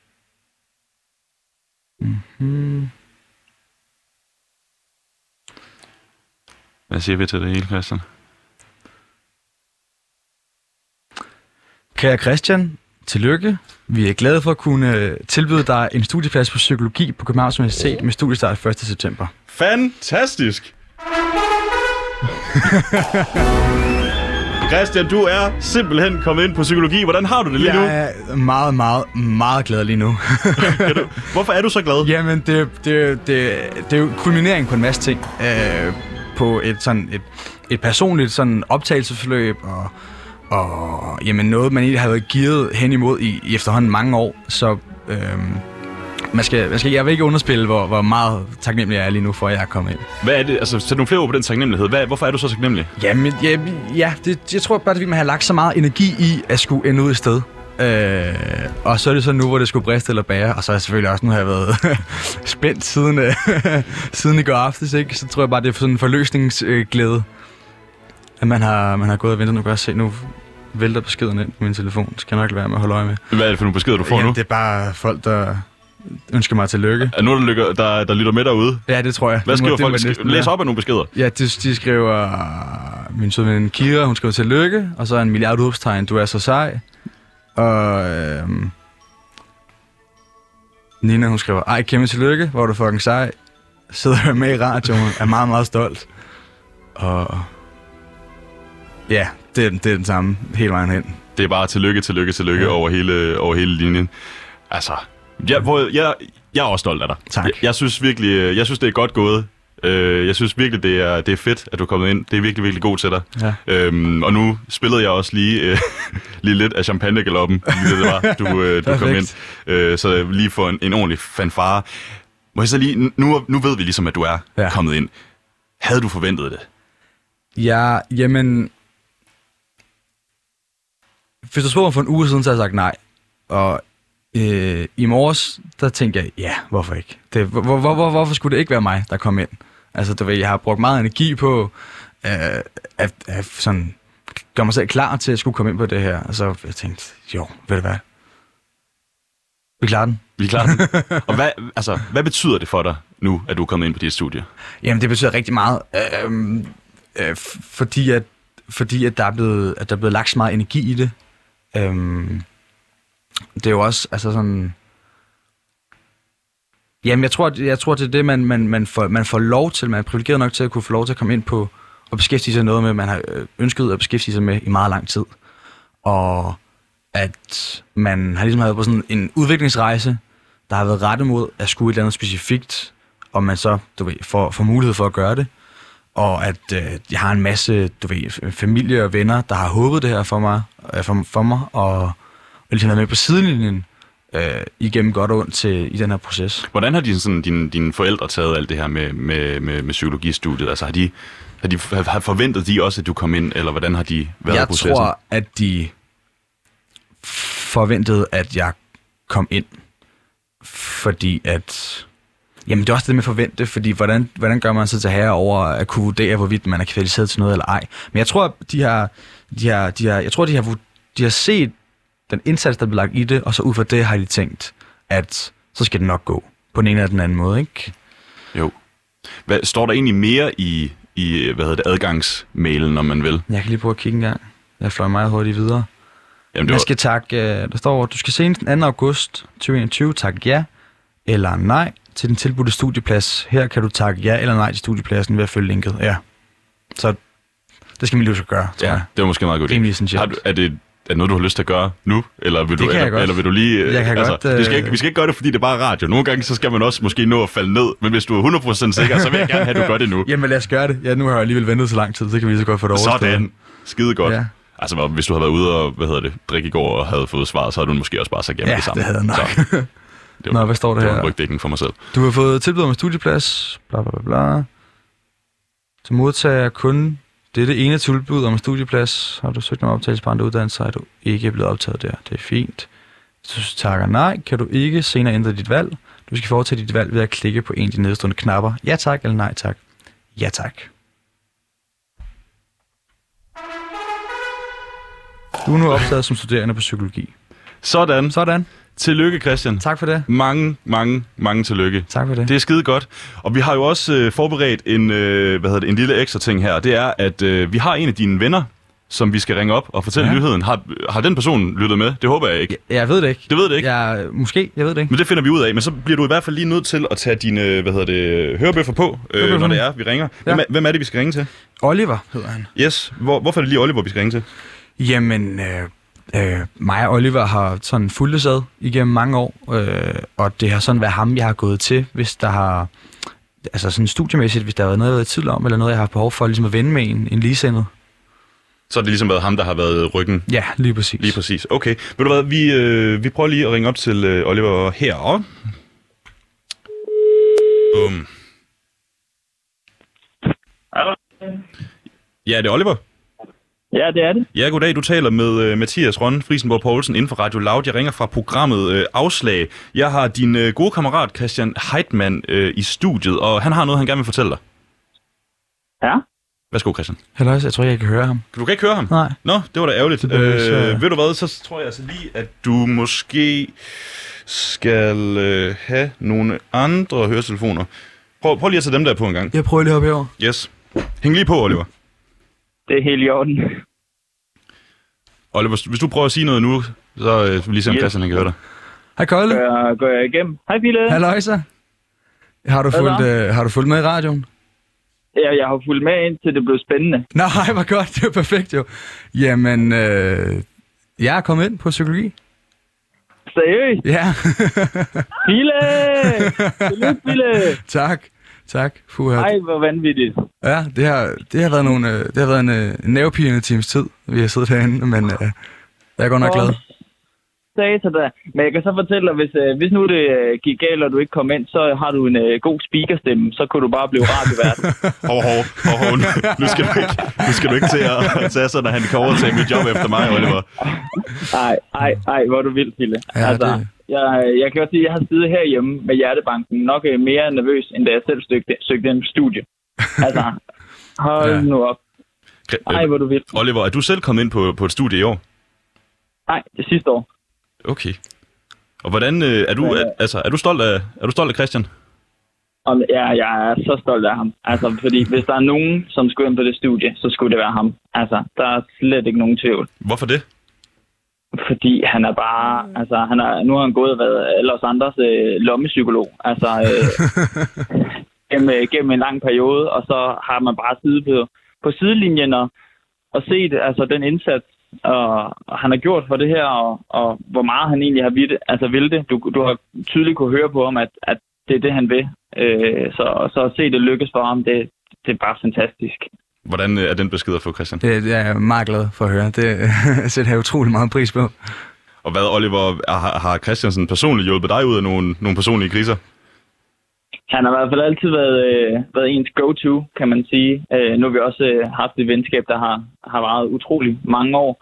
Hvad siger vi til det hele, Christian? Kære Christian, tillykke. Vi er glade for at kunne tilbyde dig en studieplads på psykologi på Københavns Universitet med studiestart 1. september. Fantastisk! Christian, du er simpelthen kommet ind på psykologi. Hvordan har du det lige nu? Jeg er meget, meget, meget glad lige nu. Hvorfor er du så glad? Jamen, det er jo kulminering på en masse ting. På et personligt sådan optagelsesforløb og jamen noget, man egentlig har været givet hen imod i efterhånden mange år. Så jeg vil ikke underspille, hvor meget taknemmelig jeg er lige nu, for at jeg er kommet ind. Hvad er det? Altså, sæt nogle flere ord på den taknemmelighed. Hvorfor er du så taknemmelig? Jamen, jeg tror bare, at man har lagt så meget energi i at skulle ende ud et sted. Og så er det så nu, hvor det skulle briste eller bære. Og så er jeg selvfølgelig også, nu har jeg været spændt siden i går aftes, ikke? Så tror jeg bare, det er sådan en forløsningsglæde, at man har gået og ventet. Nu kan jeg se, nu vælter beskeden ind på min telefon. Skal jeg nok være med at holde øje med. Hvad er det for nogle beskeder, du får nu? Det er bare folk, der ønsker mig tillykke. Er nogen, der lytter med derude? Ja, det tror jeg. Hvad skriver folk? Læs op af nogle beskeder. Ja, de skriver... Min søde veninde Kira, hun skriver tillykke. Og så en milliard udråbstegn, du er så sej. Og Nina, hun skriver, ej, kæmpe tillykke, hvor er du fucking sej. Sidder med i radioen, er meget, meget stolt. Og ja, det er den samme hele vejen hen. Det er bare tillykke over hele linjen. Altså, jeg er også stolt af dig. Tak. Jeg synes virkelig, det er godt gået. Jeg synes virkelig, det er fedt, at du er kommet ind. Det er virkelig, virkelig god til dig. Ja. Og nu spillede jeg også lige lidt af champagnegaloppen, det var, du kom ind. Så lige for en ordentlig fanfare. Må jeg så lige, nu ved vi ligesom, at du er kommet ind. Havde du forventet det? Ja, jamen... Hvis du spurgte mig for en uge siden, så havde jeg sagt nej. Og i morges, der tænkte jeg, ja, hvorfor ikke? Hvorfor skulle det ikke være mig, der kom ind? Altså, du ved, jeg har brugt meget energi på at sådan gøre mig selv klar til at skulle komme ind på det her. Og så jeg tænkte, jo, ved du hvad? Vi klarer den. Og hvad betyder det for dig nu, at du er kommet ind på dit studie? Jamen, det betyder rigtig meget. Fordi at der er blevet lagt så meget energi i det. Det er jo også, altså sådan... Jamen, jeg tror det er det, man får lov til. Man er privilegeret nok til at kunne få lov til at komme ind på og beskæftige sig noget med, man har ønsket at beskæftige sig med i meget lang tid. Og at man har ligesom været på sådan en udviklingsrejse, der har været rettet mod at skulle et eller andet specifikt, og man så, du ved, får mulighed for at gøre det. Og at jeg har en masse, du ved, familie og venner, der har håbet det her for mig og ligesom været med på sidelinjen igennem godt og ondt i den her proces. Hvordan har dine forældre taget alt det her med psykologistudiet? Altså har forventet de også, at du kom ind, eller hvordan har de været i processen? Jeg tror, at de forventede, at jeg kom ind, fordi at... Jamen, det er også det med forvente, fordi hvordan gør man sig til herre over at kunne vurdere, hvorvidt man er kvalificeret til noget eller ej? Men jeg tror, de har set den indsats, der bliver lagt i det, og så ud fra det har de tænkt, at så skal det nok gå på den ene eller den anden måde, ikke? Jo. Står der egentlig mere i adgangsmailen, når man vil? Jeg kan lige prøve at kigge en gang. Jeg fløj meget hurtigt videre. Jamen, jeg skal takke, der står, du skal senest den 2. august 2021 takke ja eller nej til den tilbudte studieplads. Her kan du takke ja eller nej til studiepladsen ved at følge linket. Ja. Så det skal man lige gøre, tror jeg. Det var måske meget godt. Er det noget, du har lyst til at gøre nu? Eller vil du lige... Jeg kan godt... Vi skal ikke gøre det, fordi det er bare radio. Nogle gange, så skal man også måske nå at falde ned. Men hvis du er 100% sikker, så vil jeg gerne have, at du gør det nu. Jamen lad os gøre det. Ja, nu har jeg alligevel ventet så lang tid, så kan vi så godt få det overstået. Sådan. Skide godt. Ja. Altså, hvis du havde været ude og, drikke i går og havde fået svaret, så havde du måske også bare sagt jamen det samme. Ja, det havde jeg nok. Nå, hvad står der her? Det var en rygdækning for mig selv. Du har fået tilbud om studieplads, bla bla bla. Til modtager kun dette ene tilbud om studieplads. Har du søgt om optagelse på andre uddannelser, er du ikke blevet optaget der. Det er fint. Hvis du takker nej, kan du ikke senere ændre dit valg. Du skal foretage dit valg ved at klikke på en af de nedstående knapper. Ja tak eller nej tak. Ja tak. Du er nu optaget som studerende på psykologi. Sådan. Tillykke, Christian. Tak for det. Mange tillykke. Tak for det. Det er skide godt. Og vi har jo også forberedt en lille ekstra ting her. Det er, at vi har en af dine venner, som vi skal ringe op og fortælle nyheden. Har den person lyttet med? Det håber jeg ikke. Jeg ved det ikke. Det ved det ikke? Jeg ved det ikke. Men det finder vi ud af. Men så bliver du i hvert fald lige nødt til at tage dine hørebøffer på, når det er, vi ringer. Ja. Hvem er det, vi skal ringe til? Oliver hedder han. Yes. Hvorfor er det lige Oliver, vi skal ringe til? Jamen... mig og Oliver har sådan fulgtes ad igennem mange år, og det har sådan været ham, jeg har gået til, hvis der har, altså sådan studiemæssigt, hvis der har været noget, jeg har været i tvivl om, eller noget, jeg har behov for ligesom at vende med en ligesindet. Så er det ligesom været ham, der har været ryggen? Ja, lige præcis. Lige præcis. Okay. Ved du hvad, vi prøver lige at ringe op til Oliver heroppe. Hallo? Ja, det er Oliver. Ja, det er det. Ja, goddag. Du taler med Mathias Rønne Friesenborg Poulsen inden for Radio Loud. Jeg ringer fra programmet Afslag. Jeg har din gode kammerat Christian Heitmann i studiet, og han har noget, han gerne vil fortælle dig. Ja. Værsgo, Christian. Hallo, jeg tror, jeg kan høre ham. Du kan ikke høre ham? Nej. Nå, det var da ærgerligt. Ved du hvad, så tror jeg altså lige, at du måske skal have nogle andre høretelefoner. Prøv lige at tage dem der på en gang. Jeg prøver lige at hoppe herover. Yes. Hæng lige på, Oliver. Det er helt i orden. Oliver, hvis du prøver at sige noget nu, så vil lige se, om Christian kan høre dig. Hej, Kolde. Går jeg igennem? Hej, Pille. Halløjsa. Har du fulgt med i radioen? Ja, jeg har fulgt med indtil det blev spændende. Nej, hvor godt. Det er perfekt, jo. Jamen, jeg er kommet ind på psykologi. Seriøst? Ja. Pille! Tillykke, Pille! Tak. Ej, hvor vanvittigt. Ja, det har været en nervepirrende times tid, vi har siddet herinde, men jeg er godt nok glad. Satan da. Men jeg kan så fortælle dig, hvis nu det gik galt, og du ikke kom ind, så har du en god speakerstemme, så kunne du bare blive radiovært. Nu skal du ikke til at tage sig, når han kan overtage mit job efter mig, Oliver. Ej, hvor er du vild, Pille. Ja, altså, jeg kan godt sige, at jeg har siddet herhjemme med hjertebanken nok mere nervøs, end da jeg selv søgte en studie. Altså, hold nu op. Ej, hvor er du vild. Oliver, er du selv kommet ind på et studie i år? Nej, det sidste år. Okay. Og hvordan er du stolt af Christian? Ja, jeg er så stolt af ham. Altså, fordi hvis der er nogen, som skulle ind på det studie, så skulle det være ham. Altså, der er slet ikke nogen tvivl. Hvorfor det? Fordi han er bare, nu har han gået og været alle os andres lommepsykolog. Altså, gennem en lang periode, og så har man bare siddet på sidelinjen og set altså, den indsats, og han har gjort for det her, og hvor meget han egentlig har vil det. Du har tydeligt kunne høre på ham, at det er det, han vil. Så at se det lykkes for ham, det er bare fantastisk. Hvordan er den besked at få, Christian? Det er jeg meget glad for at høre. Det sætter jeg utrolig meget pris på. Og hvad, Oliver, har Christiansen personligt hjulpet dig ud af nogle personlige kriser? Han har i hvert fald altid været ens go-to, kan man sige. Nu har vi også haft et venskab, der har varet utrolig mange år.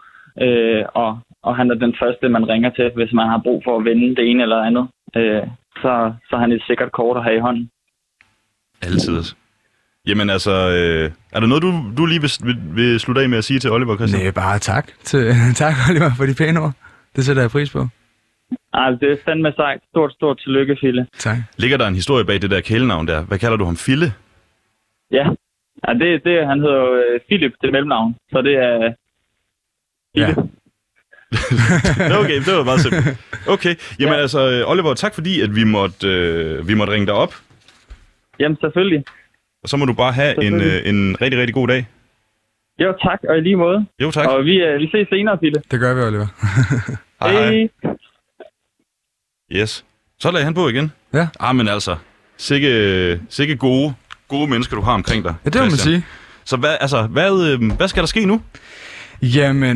Og han er den første, man ringer til, hvis man har brug for at vende det ene eller andet. Så er han et sikkert kort at have i hånden. Altid. Jamen altså, er der noget, du lige vil slutte af med at sige til Oliver, Christian? Nej, bare tak. Tak, Oliver, for de pæne ord. Det sætter jeg pris på. Det er fandme sejt. Stort tillykke, Fille. Tak. Ligger der en historie bag det der kælenavn der? Hvad kalder du ham? Fille? Ja, han hedder jo Philip, det mellemnavn. Så det er Fille. Ja. Okay, det var meget simpelt. Okay, jamen altså, Oliver, tak fordi, at vi måtte ringe dig op. Jamen, selvfølgelig. Og så må du bare have en rigtig, rigtig god dag. Jo, tak, og i lige måde. Jo, tak. Og vi ses senere, Pille. Det gør vi, Oliver. Hej. Yes. Så lagde han på igen. Ja. Men altså, sikke gode mennesker, du har omkring dig. Ja, det må man sige. Så hvad skal der ske nu? Jamen,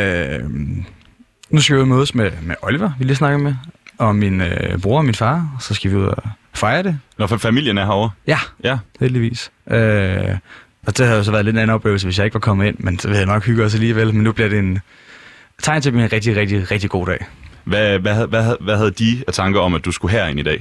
nu skal vi ud mødes med Oliver, vi lige snakker med, og min bror og min far, og så skal vi ud og fejre det. Når familien er herovre? Ja, heldigvis. Og det havde jo så været lidt en anden oplevelse, hvis jeg ikke var kommet ind, men så ville jeg nok hygge os alligevel, men nu bliver det en tegn til en rigtig, rigtig, rigtig god dag. Hvad havde de af tanker om, at du skulle herind i dag?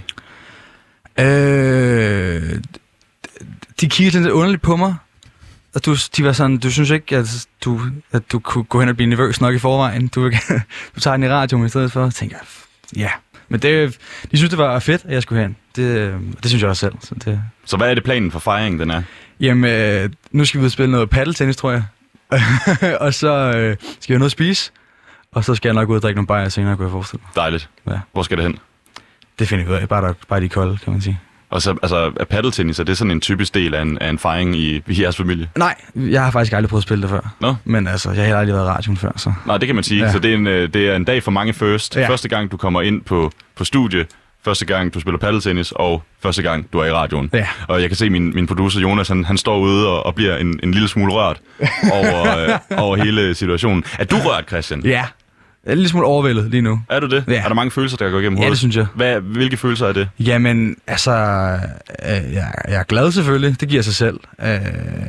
De kiggede lidt underligt på mig, og de var sådan, du synes ikke, at du kunne gå hen og blive nervøs nok i forvejen. Du tager den i radioen i stedet for. Så tænkte jeg, ja. Men de synes, det var fedt, at jeg skulle hen. Det synes jeg også selv. Så hvad er det planen for fejringen, den er? Jamen, nu skal vi ud og spille noget paddeltennis, tror jeg. Og så skal vi have noget at spise. Og så skal jeg nok ud og drikke nogle bajer senere, kunne jeg forestille mig. Dejligt. Ja. Hvor skal det hen? Det finder vi ud af. Bare de kolde, kan man sige. Og så, altså, er paddeltennis, er det sådan en typisk del af en fejring i jeres familie? Nej, jeg har faktisk aldrig prøvet at spille det før. Nå? Men altså, jeg har heller aldrig været i radioen før, så... Nej, det kan man sige. Ja. Så det er en dag for mange first. Ja. Første gang, du kommer ind på studie, første gang, du spiller paddeltennis, og første gang, du er i radioen. Ja. Og jeg kan se, min producer Jonas, han står ude og bliver en lille smule rørt over hele situationen. Er du rørt, Christian? Ja. Jeg er lidt smule overvældet lige nu. Er du det? Ja. Er der mange følelser, der går igennem hovedet? Ja, det synes jeg. Hvilke følelser er det? Jamen, altså... jeg er glad selvfølgelig. Det giver sig selv.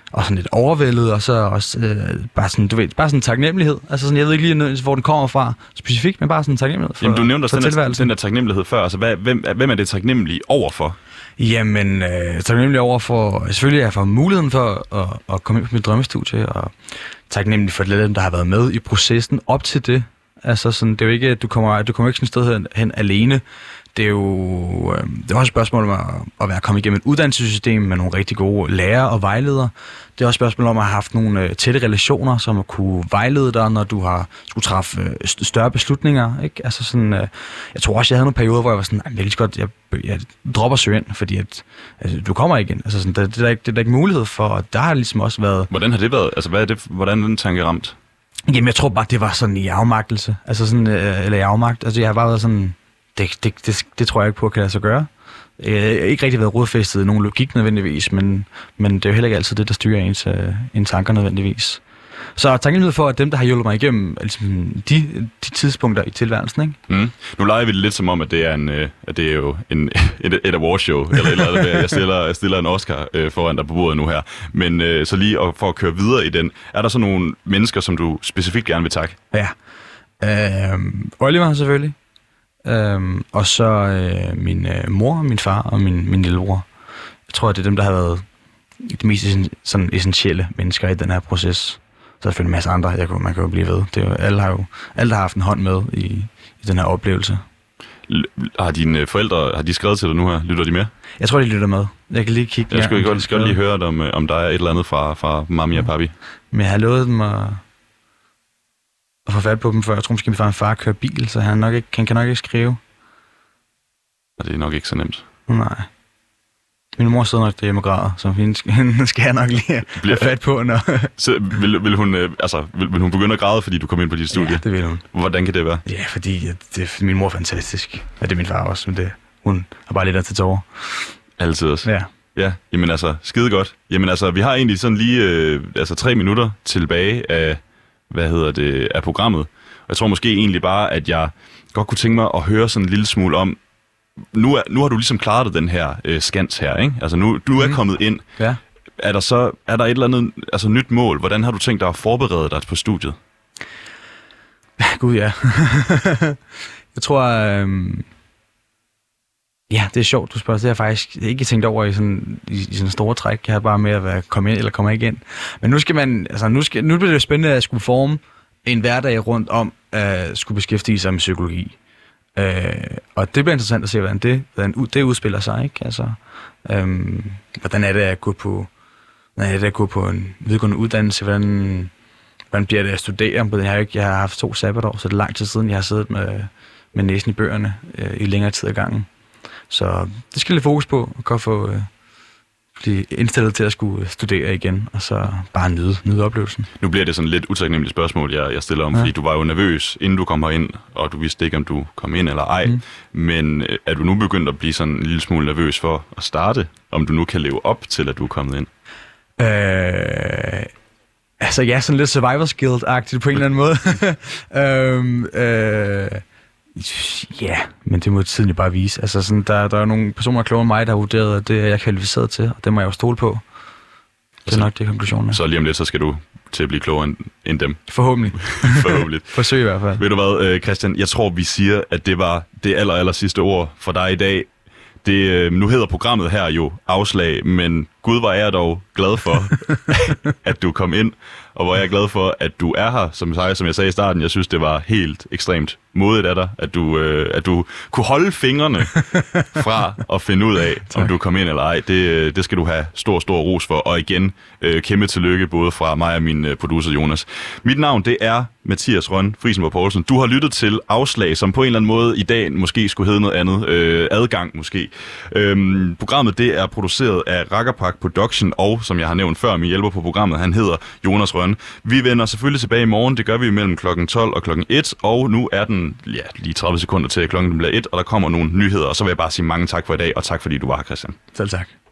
og sådan lidt overvældet, og så også bare sådan, du ved, bare sådan en taknemmelighed. Altså sådan, jeg ved ikke lige, hvor den kommer fra specifikt, men bare sådan en taknemmelighed for, Jamen, du nævnte også den der taknemmelighed før. Altså, hvem er det taknemmelig overfor? Jamen, taknemmelig overfor, selvfølgelig er jeg for muligheden for at komme ind på mit drømmestudie, og taknemmelig for dem, der har været med i processen op til det. Altså sådan, det er jo ikke, du kommer ikke sådan et sted hen alene. Det er jo også et spørgsmål om at være kommet igennem et uddannelsessystem med nogle rigtig gode lærere og vejledere. Det er også et spørgsmål om at have haft nogle tætte relationer, som at kunne vejlede dig, når du har skulle træffe større beslutninger. Ikke? Altså sådan, jeg tror også, jeg havde nogle perioder, hvor jeg var sådan, jeg lige godt, jeg dropper søge ind, fordi at du kommer igen. Altså sådan, det er der ikke mulighed for, og der har ligesom også været... Hvordan har det været? Altså, hvordan er den tanke ramt? Jamen, jeg tror bare, det var sådan i afmagtelse. Altså sådan, eller i afmagt. Altså, jeg har bare været sådan... Det tror jeg ikke på, kan lade sig gøre. Jeg har ikke rigtig været rodfæstet i nogen logik nødvendigvis, men det er jo heller ikke altid det, der styrer ens tanker nødvendigvis. Så taknemmelighed for, at dem, der har hjulpet mig igennem altså, de tidspunkter i tilværelsen, ikke? Mm. Nu leger vi det lidt som om, at det er jo et awardshow, eller jeg stiller en Oscar foran dig på bordet nu her. Men så lige for at køre videre i den, er der så nogle mennesker, som du specifikt gerne vil takke? Ja. Oliver selvfølgelig. Og så min mor, min far og min lillebror. Jeg tror, at det er dem, der har været de mest sådan essentielle mennesker i den her proces. Så er der selvfølgelig en masse andre, man kan jo blive ved. Det er jo, alle har haft en hånd med i den her oplevelse. Har dine forældre skrevet til dig nu her? Lytter de med? Jeg tror, de lytter med. Jeg kan lige kigge. Jeg skulle godt lige høre, om der er et eller andet fra mami og papi. Men jeg har lovet dem at få fat på dem, før jeg tror måske, min far kører bil, så han kan nok ikke skrive. Og det er nok ikke så nemt. Nej. Min mor sidder nok derhjemme og græder, så hende skal jeg nok lige have fat på. Når så vil hun begynde at græde, fordi du kom ind på dit studie? Ja, det vil hun. Hvordan kan det være? Ja, fordi min mor er fantastisk. Ja, det er min far også, men hun har bare lidt af til tårer. Altid også? Ja. Ja, jamen altså, skide godt. Jamen altså, vi har egentlig sådan lige 3 minutter tilbage af, af programmet. Og jeg tror måske egentlig bare, at jeg godt kunne tænke mig at høre sådan en lille smule om, nu har du ligesom klaret den her skans her, ikke? Altså nu du er kommet ind. Ja. Er der et eller andet nyt mål? Hvordan har du tænkt dig at forberede dig på studiet? Gud, ja. Jeg tror, ja, det er sjovt, du spørger. Det har jeg faktisk ikke tænkt over i sådan store træk. Jeg har bare med at komme ind eller komme ikke ind. Men nu skal man, nu bliver det jo spændende at skulle forme en hverdag rundt om at skulle beskæftige sig med psykologi. Og det bliver interessant at se, hvordan det udspiller sig, ikke? Altså, hvordan er det at gå på en videregående uddannelse? Hvordan bliver det at studere? Jeg har haft 2 sabbatår, så det er lang tid siden, jeg har siddet med næsen i bøgerne i længere tid ad gangen. Så det skal jeg lidt fokus på, og godt få blive indstillet til at skulle studere igen, og så bare nyde oplevelsen. Nu bliver det sådan lidt utaknemmeligt spørgsmål, jeg stiller om, fordi du var jo nervøs, inden du kom herind, og du vidste ikke, om du kom ind eller ej. Men er du nu begyndt at blive sådan en lille smule nervøs for at starte, om du nu kan leve op til, at du er kommet ind? Altså, ja, sådan lidt Survivor Guild-agtigt på en eller anden måde. Ja, men det må tiden jo bare vise. Altså, sådan, der er nogle personer klogere end mig, der har vurderet, at det er jeg kvalificeret til, og det må jeg jo stole på. Det er nok det konklusionen. Så lige om lidt, så skal du til at blive klogere end dem. Forhåbentlig. Forhåbentlig. Forsøg i hvert fald. Ved du hvad, Christian, jeg tror, vi siger, at det var det aller sidste ord for dig i dag. Nu hedder programmet her jo Afslag, men Gud var jeg dog glad for, at du kom ind, og hvor jeg er glad for, at du er her. Som jeg sagde i starten, jeg synes, det var helt ekstremt modigt af dig, at du kunne holde fingrene fra at finde ud af, om du kom ind eller ej. Det skal du have stor ros for, og igen, kæmpe tillykke både fra mig og min producer Jonas. Mit navn, det er Mathias Rønn Friesenborg Poulsen. Du har lyttet til Afslag, som på en eller anden måde i dag måske skulle hedde noget andet. Adgang måske. Programmet, det er produceret af Rakkerpak Production, og som jeg har nævnt før, min hjælper på programmet, han hedder Jonas Rønn. Vi vender selvfølgelig tilbage i morgen. Det gør vi mellem klokken 12 og klokken 1, og nu er den lige 30 sekunder til klokken bliver 1, og der kommer nogle nyheder, og så vil jeg bare sige mange tak for i dag, og tak fordi du var her, Christian. Selv tak.